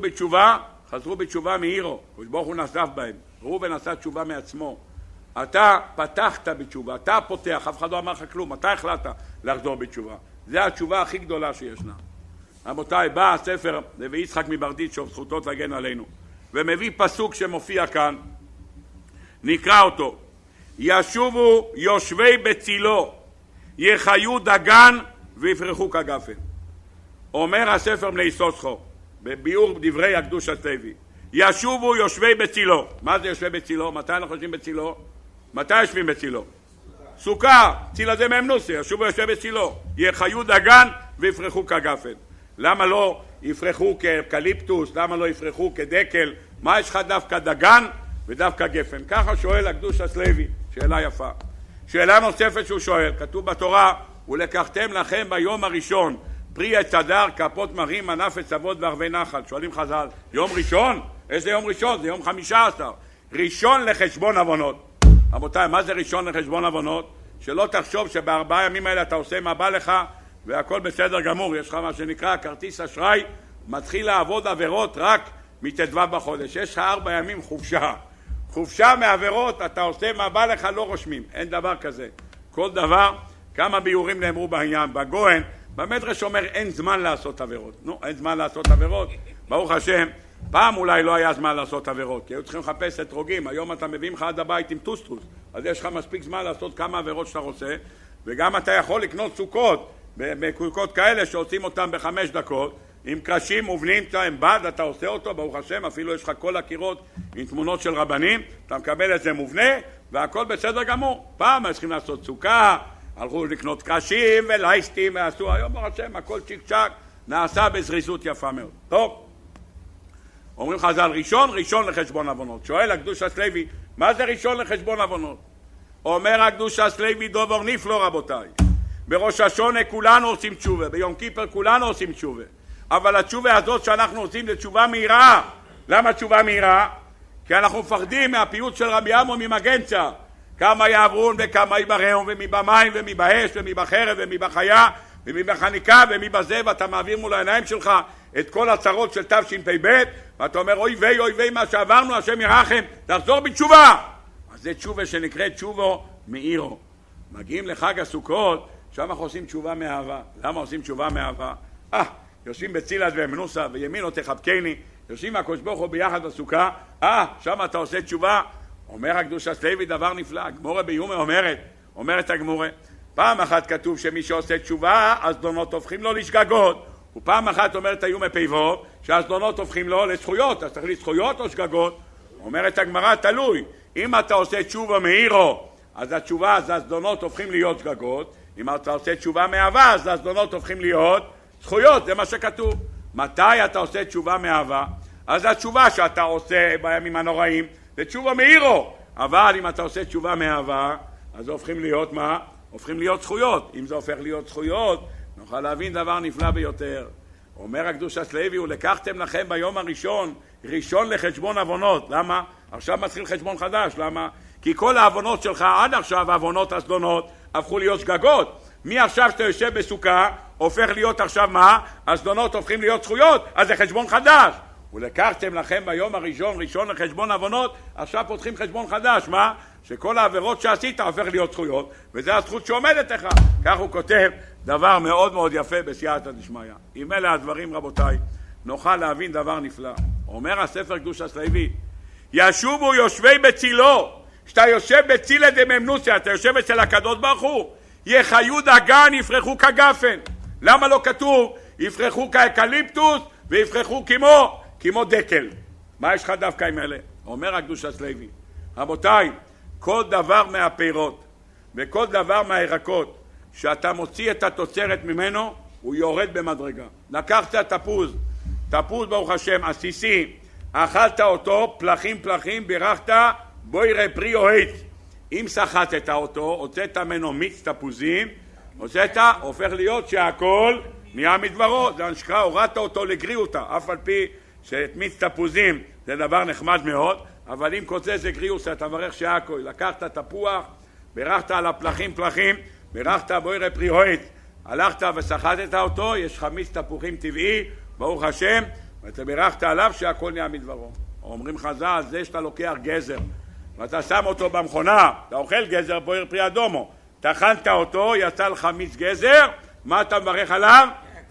בתשובה מאירו, הקדוש ברוך הוא נזף בהם. ראובן עשה תשובה מעצמו. אתה פתחת בתשובה, אתה פותח, אף אחד לא אמר לך כלום, אתה החלטת לחזור בתשובה. זה התשובה הכי גדולה שישנה. רבותיי, בא הספר לוי יצחק מברדיצ'וב, זכותו תגן עלינו, ומביא פסוק שמופיע כאן, נקרא אותו, ישובו יושבי בצילו, יחיו דגן ויפרחו כגפן. אומר הספר בני ישרוצחו, בביאור דברי הקדוש הסלוי, ישובו יושבי בצילו. מה זה יושבי בצילו? מתי אנחנו יושבים בצילו? מתי יושבים בצילו? סוכה, צילה זה ממנוסה, ישובו יושבי בצילו, יחיו דגן ויפרחו כגפן. למה לא יפרחו כאקליפטוס? למה לא יפרחו כדקל? מה יש לך דווקא דגן ודווקא גפן? ככה שואל הקדוש הסלוי, שאלה יפה. שאלה נוספת שהוא שואל, כתוב בתורה, ולקחתם לכם ביום הראשון פרי עץ הדר, כפות מרים, ענף אבות וערבי נחל. שואלים חז"ל, יום ראשון? איזה יום ראשון? זה יום 15. ראשון לחשבון עוונות. רבותיי, מה זה ראשון לחשבון עוונות? שלא תחשוב שבארבעה ימים האלה אתה עושה מה בא לך והכל בסדר גמור. יש לך מה שנקרא כרטיס אשראי, מתחיל לעבוד עבירות רק מתדווה בחודש. יש לך 4 ימים חופשה. חופשה מעבירות, אתה עושה מה בא לך, לא רושמים. אין דבר כזה. כל דבר, כמה ביורים נאמרו בעניין. בגוהן, במדרש אומר אין זמן לעשות עבירות. נו, אין זמן לעשות עבירות. ברוך השם, פעם אולי לא היה זמן לעשות עבירות, כי היו צריכים לחפש אתרוגים. היום אתה מביא לך עד הבית עם טוסטוס, אז יש לך מספיק זמן לעשות כמה עבירות שאתה רוצה, וגם אתה יכול לקנות סוכות, בקולקות כאלה שעושים אותם ב5 דקות, עם קרשים מובנים עם בד, אתה עושה אותו, ברוך השם, אפילו יש לך כל הקירות עם תמונות של רבנים, אתה מקבל את זה מובנה, והכל בסדר גמור. פעם היו צריכים לעשות סוכה, הלכו לקנות קרשים ולייסטים, ועשו היום ברוך השם, הכל צ'יק צ'ק, נעשה בזריזות יפה מאוד. טוב. אומרים חז"ל, ראשון לחשבון עוונות. שואל הקדושת לוי, מה זה ראשון לחשבון עוונות? אומר הקדושת לוי, דובר נפלא רבותיי. בראש השונה כולנו עושים תשובה, ביום כיפר כולנו עושים תשובה. אבל התשובה הזאת שאנחנו עושים זה תשובה מהירה. למה תשובה מהירה? כי אנחנו מפחדים מהפיוט של רבי עמרם ממגנצא. כמה יעברון וכמה יברעון, ומי במים ומי באש ומי בחרב ומי בחיה ומי בחניקה ומי בזה, ואתה מעביר מול העיניים שלך את כל הצרות של תשפ"ב, ואתה אומר אוי ויי מה שעברנו, השם ירחם, תחזור בתשובה. אז זה תשובה שנקראת תשובו מאירו. מגיעים לחג הסוכות, שם אנחנו עושים תשובה מאהבה. למה עושים תשובה מאהבה? יושבים בצילת ומנוסה וימינו תחבקני, יושבים הקדוש ברוך הוא ביחד בסוכה, שם אתה עושה תשובה. אומר הקדושת לוי דבר נפלא, הגמורה ביומא אומרת הגמורה, פעם אחת כתוב שמי שעושה תשובה, הזדונות הופכים לו לשגגות, ופעם אחת אומרת היומא פיבו, שהזדונות הופכים לו לזכויות, אז צריך לי זכויות או שגגות? אומרת הגמרא, תלוי, אם אתה עושה תשובה מאירו, אז התשובה, אז הזדונות הופכים להיות שגגות, אם אתה עושה תשובה מאהבה, אז הזדונות הופכים להיות זכויות, זה מה שכתוב. מתי אתה עושה תשובה מאהבה? אז התשובה שאתה עושה בימים הנוראים, זה תשובה מאירו, אבל אם אתה עושה תשובה מאהבה, אז זה הופכים להיות מה? הופכים להיות זכויות. אם זה הופך להיות זכויות, נוכל להבין דבר נפלא ביותר. אומר הקדושת לוי, ולקחתם לכם ביום ראשון לחשבון עוונות. למה? עכשיו מתחיל חשבון חדש. למה? כי כל העוונות שלך עד עכשיו, העוונות הזדונות, הפכו להיות שגגות. מעכשיו שאתה יושב בסוכה, הופך להיות עכשיו מה? הזדונות הופכים להיות זכויות, אז זה חשבון חדש. ולקחתם לכם ביום ראשון לחשבון עוונות, עכשיו פותחים חשבון חדש. מה? שכל העבירות שעשית הופך להיות זכויות, וזה הזכות שעומדת לך. כך הוא כותב דבר מאוד מאוד יפה בסייעתא דשמיא. אם אלה הדברים רבותיי, נוכל להבין דבר נפלא. אומר הספר קדושת לוי, ישובו יושבי בצילו. כשאתה יושב בצילה דממנוסיה, אתה יושב אצל הקדוש ברוך הוא, יחיו דגן יפרחו כגפן. למה לא כתוב יפרחו כאקליפטוס ויפרחו כמו דקל? מה יש לך דווקא עם אלה? אומר הקדושת לוי, רבותיי, כל דבר מהפירות וכל דבר מהירקות שאתה מוציא את התוצרת ממנו, הוא יורד במדרגה. לקחת תפוז ברוך השם, עסיסי, אכלת אותו, פלחים, בירכת, בואי ראה פרי או עץ. אם סחטת אותו, הוצאת ממנו מיץ תפוזים, הופך להיות שהכל נהיה מדברו. זה נשקרא, הורדת אותו לגריותה, אף על פי שאת מיץ תפוזים זה דבר נחמד מאוד, אבל אם כוצא זה גריוס, אתה מברך שהכל. לקחת תפוח, בירכת על הפלחים, בירכת בואי ראה פרי או עץ, הלכת וסחטת אותו, יש לך מיץ תפוחים טבעי, ברוך השם, ואתה בירכת עליו שהכל נהיה מדברו. אומרים חז"ל, זה שאתה לוקח גזר ואתה שם אותו במכונה, אתה אוכל גזר בוער פרי אדומו, טחנת אותו, יצא לך מיץ גזר, מה אתה מברך עליו?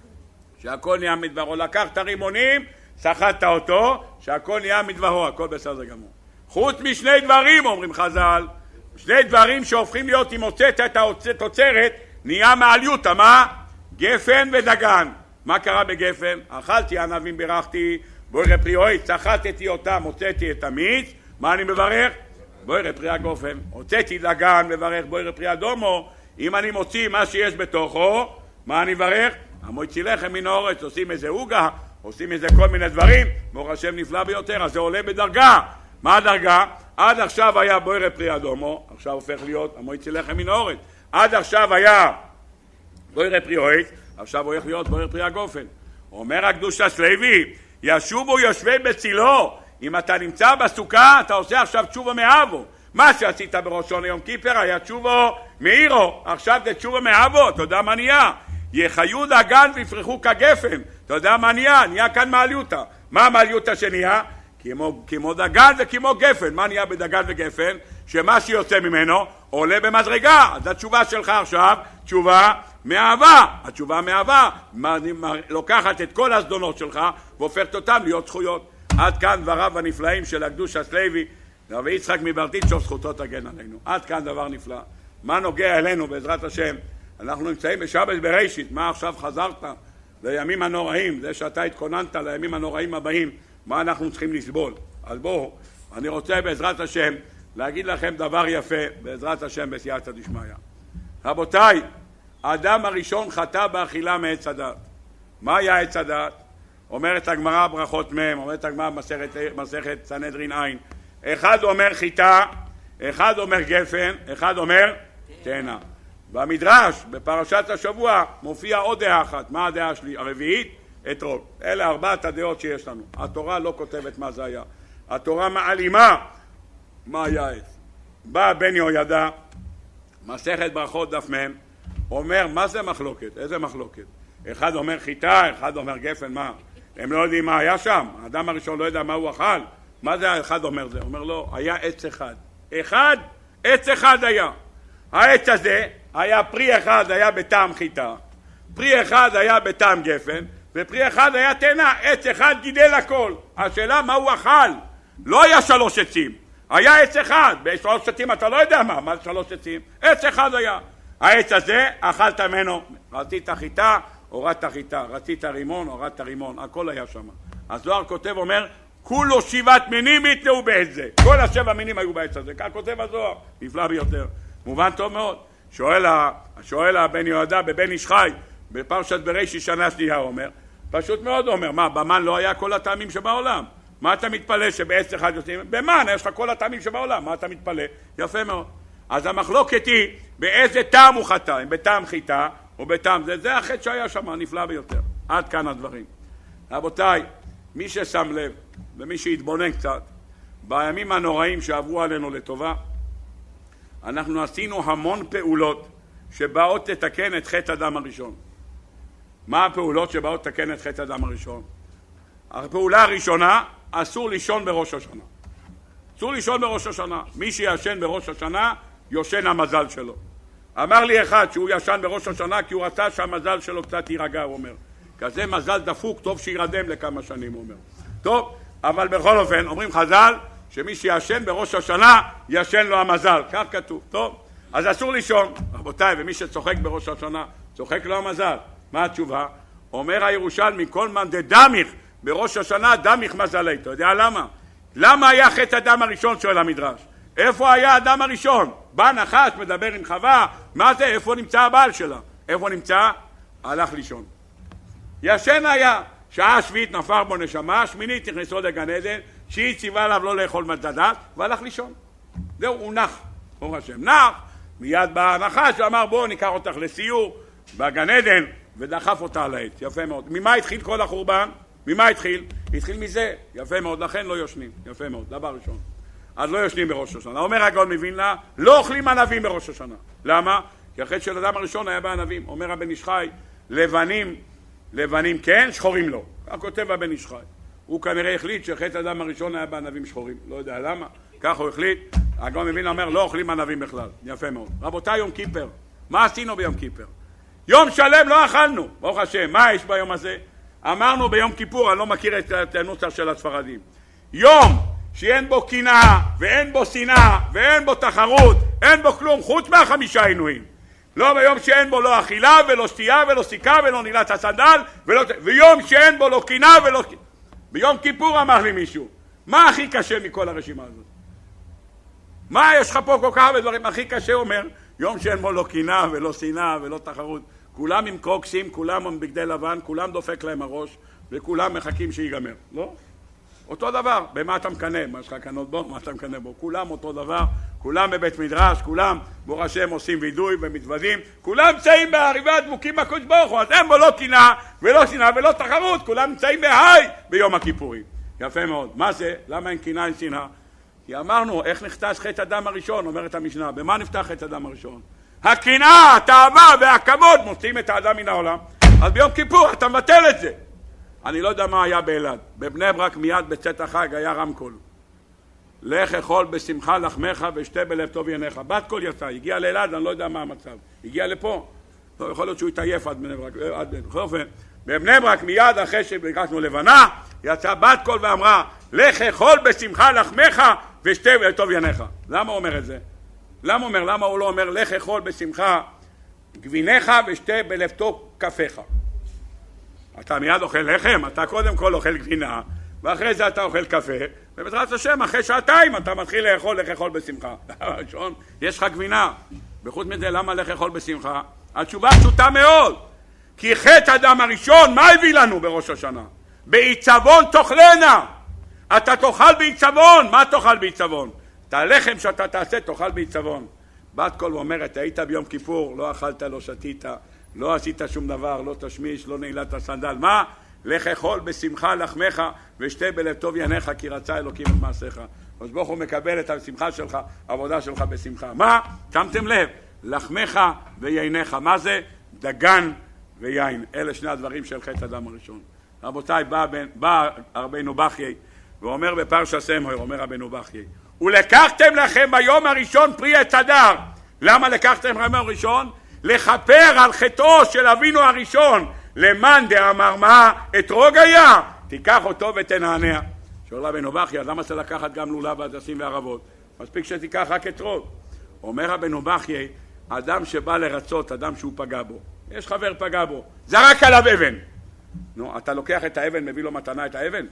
שהכל נהיה מדברו. לקחת רימונים, סחטת אותו, שהכל נהיה מדברו, הכל בסדר גמור. חוץ משני דברים, אומרים חז"ל, שני דברים שהופכים להיות, אם הוצאת את התוצרת, נהיה מעליותה. מה? גפן ודגן. מה קרה בגפן? אכלתי ענבים, בירכתי, בוער פרי או עץ, סחטתי אותם, הוצאתי את המיץ, מה אני מברך? בוער פרי הגופן. הוצאתי דגן, מברך בוער פרי אדומו. אם אני מוציא מה שיש בתוכו, מה אני מברך? המוציא לחם מן האורץ, עושים איזה עוגה, עושים איזה כל מיני דברים, ברוך השם נפלא ביותר, אז זה עולה בדרגה. מה הדרגה? עד עכשיו היה בוער פרי אדומו, עכשיו הופך להיות המוציא לחם מן האורץ. עד עכשיו היה בוער פרי או עץ, עכשיו הולך להיות בוער פרי הגופן. אומר הקדושת לוי, ישובו יושבי בצילו. אם אתה נמצא בסוכה, אתה עושה עכשיו תשובה מאהבו. מה שעשית בראשון יום כיפר היה תשובו מאירו, עכשיו זה תשובה מאבו, אתה יודע מה נהיה? יחיו דגן ויפרחו כגפן, אתה יודע מה נהיה? נהיה כאן מעליותה. מה המעליותה שנהיה? כמו דגן וכמו גפן. מה נהיה בדגן וגפן? שמה שיוצא ממנו עולה במדרגה. אז התשובה שלך עכשיו, תשובה מאהבה. התשובה מאהבה לוקחת את כל הזדונות שלך והופכת אותם להיות זכויות. עד כאן דבריו הנפלאים של הקדוש הסלוי רבי יצחק מברדיצ'ב, זכותו תגן עלינו. עד כאן דבר נפלא. מה נוגע אלינו בעזרת השם? אנחנו נמצאים בשבת בראשית. מה עכשיו חזרת לימים הנוראים? זה שאתה התכוננת לימים הנוראים הבאים, מה אנחנו צריכים לסבול? אז בואו, אני רוצה בעזרת השם להגיד לכם דבר יפה, בעזרת השם בסייעתא דשמיא. רבותיי, האדם הראשון חטא באכילה מעץ הדת. מה היה עץ הדת? אומרת הגמרא ברכות מ', אומרת הגמרא מסכת סנהדרין עין. אחד אומר חיטה, אחד אומר גפן, אחד אומר תאנה. במדרש, בפרשת השבוע, מופיע עוד דעה אחת. מה הדעה שלי? הרביעית? אתרוג. אלה ארבעת הדעות שיש לנו. התורה לא כותבת מה זה היה. התורה מעלימה מה היה עץ. בא בן יהוידע, מסכת ברכות דף מ', אומר מה זה מחלוקת? איזה מחלוקת? אחד אומר חיטה, אחד אומר גפן, מה? הם לא יודעים מה היה שם. האדם הראשון לא יודע מה הוא אכל. מה זה אחד אומר זה? אומר לא, היה עץ אחד. אחד? עץ אחד היה. העץ הזה היה פרי אחד היה בטעם חיטה, פרי אחד היה בטעם גפן, ופרי אחד היה תאנה. עץ אחד גידל הכל. השאלה מה הוא אכל? לא היה 3 עצים, היה עץ אחד. ב3 עצים אתה לא יודע מה זה 3 עצים. עץ אחד היה. העץ הזה אכלת ממנו, רצית חיטה, הורדת חיטה, רצית רימון, הורדת רימון, הכל היה שם. הזוהר כותב, אומר, כולו 7 מינים התנאו בעץ זה. כל 7 מינים היו בעץ הזה. כך כותב הזוהר, נפלא ביותר. מובן טוב מאוד. שואל הבן יהוידע בבן איש חי, בפרשת בראשית שנה שנייה, אומר, פשוט מאוד אומר, מה, במן לא היה כל הטעמים שבעולם? מה אתה מתפלא שבעץ אחד יוצאים? במן יש לך כל הטעמים שבעולם, מה אתה מתפלא? יפה מאוד. אז המחלוקת היא באיזה טעם הוא חטא, אם בטעם חיטה או בטעם זה החטא שהיה שם, נפלא ביותר. עד כאן הדברים. רבותיי, מי ששם לב ומי שהתבונן קצת, בימים הנוראים שעברו עלינו לטובה, אנחנו עשינו המון פעולות שבאות לתקן את חטא אדם הראשון. מה הפעולות שבאות לתקן את חטא אדם הראשון? הפעולה הראשונה, אסור לישון בראש השנה. אסור לישון בראש השנה. מי שישן בראש השנה, יושן המזל שלו. אמר לי אחד שהוא ישן בראש השנה כי הוא רצה שהמזל שלו קצת יירגע, הוא אומר. כזה מזל דפוק, טוב שירדם לכמה שנים, הוא אומר. טוב, אבל בכל אופן, אומרים חז"ל, שמי שישן בראש השנה, ישן לו המזל. כך כתוב. טוב, אז אסור לישון. רבותיי, ומי שצוחק בראש השנה, צוחק לו המזל. מה התשובה? אומר הירושלמי, כל מאן דדמיך בראש השנה, דמיך מזלי. אתה יודע למה? למה היה חטא אדם הראשון, שואל המדרש? איפה היה האדם הראשון? בא נחש, מדבר עם חווה, מה זה? איפה נמצא הבעל שלה? איפה נמצא? הלך לישון. ישן היה. שעה שביעית נפר בו נשמה, שמינית נכנסו לגן עדן, שהיא ציווה עליו לא לאכול מצדת, והלך לישון. זהו, הוא נח. ברוך השם, נח. מיד בא הנחש ואמר, בואו ניקח אותך לסיור בגן עדן, ודחף אותה על העץ. יפה מאוד. ממה התחיל כל החורבן? ממה התחיל? התחיל מזה. יפה מאוד, לכן לא יושנים. יפה מאוד, דבר ראשון. אז לא יושנים בראש השנה. אומר הגאון מווילנה, לא אוכלים ענבים בראש השנה. למה? כי החטא של אדם הראשון היה בענבים. אומר הבן איש חי, לבנים כן, שחורים לא. כך כותב הבן איש חי. הוא כנראה החליט שחטא אדם הראשון היה בענבים שחורים. לא יודע למה. כך הוא החליט. הגאון מווילנה אומר, לא אוכלים ענבים בכלל. יפה מאוד. רבותיי, יום כיפר. מה עשינו ביום כיפר? יום שלם לא אכלנו. ברוך השם, מה יש ביום הזה? אמרנו ביום כיפור, אני לא מכיר את הנוסח של הספרדים. יום שאין בו קנאה, ואין בו שנאה, ואין בו תחרות, אין בו כלום, חוץ מה5 עינויים. לא ביום שאין בו לא אכילה, ולא שתייה, ולא סיכה, ולא נעילת הסנדל, ויום שאין בו לא קנאה, ולא... ביום כיפור אמר לי מישהו, מה הכי קשה מכל הרשימה הזאת? מה יש לך פה כל כך הרבה דברים? הכי קשה אומר, יום שאין בו לא קנאה, ולא שנאה, ולא תחרות. כולם עם קרוקסים, כולם עם בגדי לבן, כולם דופק להם הראש, וכולם מחכים שיגמר. לא? אותו דבר. במה אתה מקנה? מה יש לך קנות בו? מה אתה מקנה בו? כולם אותו דבר. כולם בבית מדרש, כולם ברוך השם עושים וידוי ומתוודים. כולם נמצאים בעריבה דבוקים בקדוש ברוך הוא. אז אין בו לא קנאה ולא שנאה ולא תחרות. כולם נמצאים בהיי ביום הכיפורים. יפה מאוד. מה זה? למה אין קנאה, אין שנאה? כי אמרנו, איך נחטש חטא אדם הראשון, אומרת המשנה, במה נפתח חטא אדם הראשון? הקנאה, התאווה והכבוד מוציאים את האדם מן העולם. אז ביום כיפור אתה מבטל את זה. אני לא יודע מה היה באלעד. בבני ברק מיד בצאת החג היה רמקול. לך אכול בשמחה לחמך ושתה בלב טוב עיניך. בת קול יצא, הגיע לאלעד, אני לא יודע מה המצב. הגיע לפה. לא, יכול להיות שהוא התעייף עד בני ברק. בכל אופן, בבני ברק מיד אחרי שביקשנו לבנה, יצאה בת קול ואמרה, לך אכול בשמחה לחמך ושתה בלב טוב עיניך. למה הוא אומר את זה? למה הוא לא אומר לך אכול בשמחה גביניך ושתה בלב טוב כפיך? אתה מיד אוכל לחם, אתה קודם כל אוכל גבינה, ואחרי זה אתה אוכל קפה, ובעזרת השם, אחרי שעתיים אתה מתחיל לאכול, לך אכול בשמחה. ראשון, יש לך גבינה. בחוץ מזה, למה לך אכול בשמחה? התשובה פשוטה מאוד. כי חטא אדם הראשון, מה הביא לנו בראש השנה? בעיצבון תאכלנה. אתה תאכל בעיצבון. מה תאכל בעיצבון? את הלחם שאתה תעשה, תאכל בעיצבון. בת קול ואומרת, היית ביום כיפור, לא אכלת, לא שתית, לא עשית שום דבר, לא תשמיש, לא נעילת הסנדל. מה? לך אכול בשמחה לחמך ושתה בלב טוב עיניך, כי רצה אלוקים את מעשיך. אז ברוך הוא מקבל את השמחה שלך, העבודה שלך בשמחה. מה? שמתם לב? לחמך ויינך. מה זה? דגן ויין. אלה שני הדברים של חטא אדם הראשון. רבותיי, בא רבנו בחיי ואומר בפרשת שמואל, אומר רבנו בחיי, ולקחתם לכם ביום הראשון פרי עץ הדר. למה לקחתם ביום הראשון? לכפר על חטאו של אבינו הראשון, למאן דאמר מה אתרוג היה, תיקח אותו ותנענע. שואל רבנו בחיי, אז למה צריך לקחת גם לולב והדסים וערבות? מספיק שתיקח רק אתרוג. אומר רבנו בחיי, אדם שבא לרצות, אדם שהוא פגע בו, יש חבר פגע בו, זרק עליו אבן. נו, אתה לוקח את האבן, מביא לו מתנה את האבן?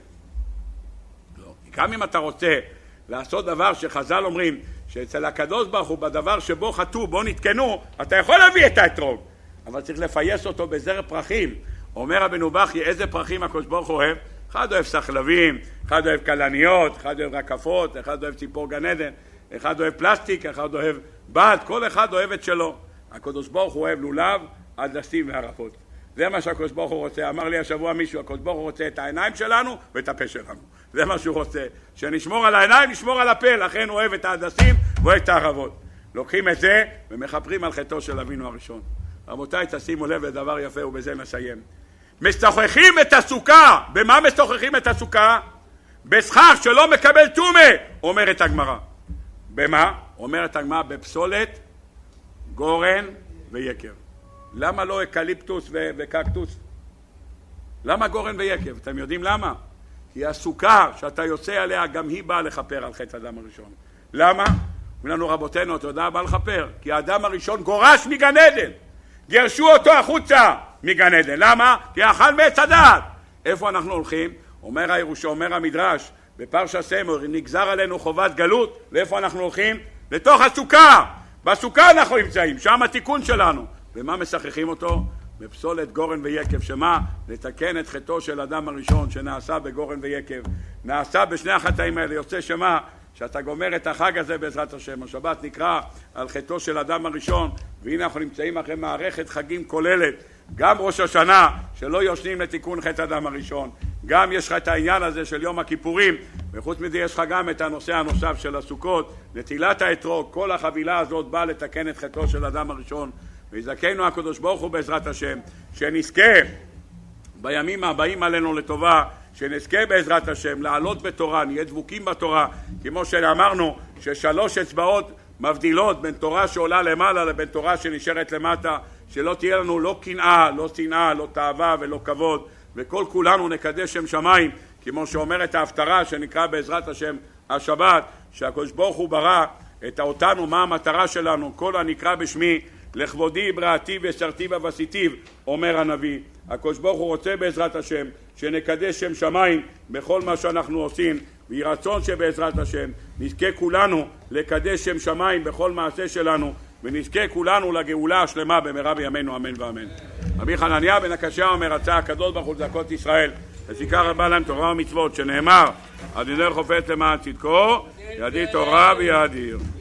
לא. גם אם אתה רוצה לעשות דבר שחז"ל אומרים שאצל הקדוש ברוך הוא בדבר שבו חטאו, בו נתקנו, אתה יכול להביא את האתרוג, אבל צריך לפייס אותו בזר פרחים. אומר רבנו בחיי, איזה פרחים הקדוש ברוך הוא אוהב? אחד אוהב סחלבים, אחד אוהב כלניות, אחד אוהב רקפות, אחד אוהב ציפור גן עדן, אחד אוהב פלסטיק, אחד אוהב בד, כל אחד אוהב את שלו. הקדוש ברוך הוא אוהב לולב, הדסים וערבות. זה מה שהקדוש ברוך הוא רוצה. אמר לי השבוע מישהו, הקדוש ברוך הוא רוצה את העיניים שלנו ואת הפה שלנו. זה מה שהוא רוצה. שנשמור על העיניים, נשמור על הפה. לכן הוא אוהב את ההדסים ואוהב את הערבות. לוקחים את זה ומחפרים על חטאו של אבינו הראשון. רבותיי, תשימו לב לדבר יפה ובזה נסיים. משוחחים את הסוכה. במה משוחחים את הסוכה? בסכך שלא מקבל טומאה, אומרת הגמרא. במה? אומרת הגמרא, בפסולת, גורן ויקב. למה לא אקליפטוס וקקטוס? למה גורן ויקב? אתם יודעים למה? כי הסוכה שאתה יוצא עליה גם היא באה לכפר על חטא האדם הראשון. למה? אומרים לנו רבותינו, אתה יודע בא לכפר? כי האדם הראשון גורש מגן עדן. גרשו אותו החוצה מגן עדן. למה? כי אכל מעץ הדעת. איפה אנחנו הולכים? אומר המדרש בפרשת שמואל, נגזר עלינו חובת גלות. לאיפה אנחנו הולכים? לתוך הסוכה. בסוכה אנחנו נמצאים, שם התיקון שלנו. ומה משחחים אותו? בפסולת גורן ויקב. שמה? לתקן את חטאו של אדם הראשון שנעשה בגורן ויקב. נעשה בשני החטאים האלה. יוצא שמה? שאתה גומר את החג הזה בעזרת השם. השבת נקרא על חטאו של אדם הראשון, והנה אנחנו נמצאים אחרי מערכת חגים כוללת. גם ראש השנה שלא יושנים לתיקון חטא אדם הראשון. גם יש לך את העניין הזה של יום הכיפורים, וחוץ מזה יש לך גם את הנושא הנוסף של הסוכות, נטילת האתרוג. כל החבילה הזאת באה לתקן את חטאו של אדם הראשון. ויזכנו הקדוש ברוך הוא בעזרת השם, שנזכה בימים הבאים עלינו לטובה, שנזכה בעזרת השם לעלות בתורה, נהיה דבוקים בתורה, כמו שאמרנו ששלוש אצבעות מבדילות בין תורה שעולה למעלה לבין תורה שנשארת למטה, שלא תהיה לנו לא קנאה, לא שנאה, לא תאווה ולא כבוד, וכל כולנו נקדש שם שמיים, כמו שאומרת ההפטרה שנקרא בעזרת השם השבת, שהקדוש ברוך הוא ברא את אותנו, מה המטרה שלנו, כל הנקרא בשמי לכבודי בראתי ושרתיו ועשיתיו, אומר הנביא. הקדוש ברוך הוא רוצה בעזרת השם שנקדש שם שמיים בכל מה שאנחנו עושים, ויהי רצון שבעזרת השם נזכה כולנו לקדש שם שמיים בכל מעשה שלנו, ונזכה כולנו לגאולה השלמה במהרה בימינו אמן ואמן. רבי חנניה בן הקשיא אומר, רצה הקדוש ברוך הוא לזכות ישראל לזכר רבה להם תורה ומצוות, שנאמר על ידי חופץ למען צדקו ידי תורה ויאדיר.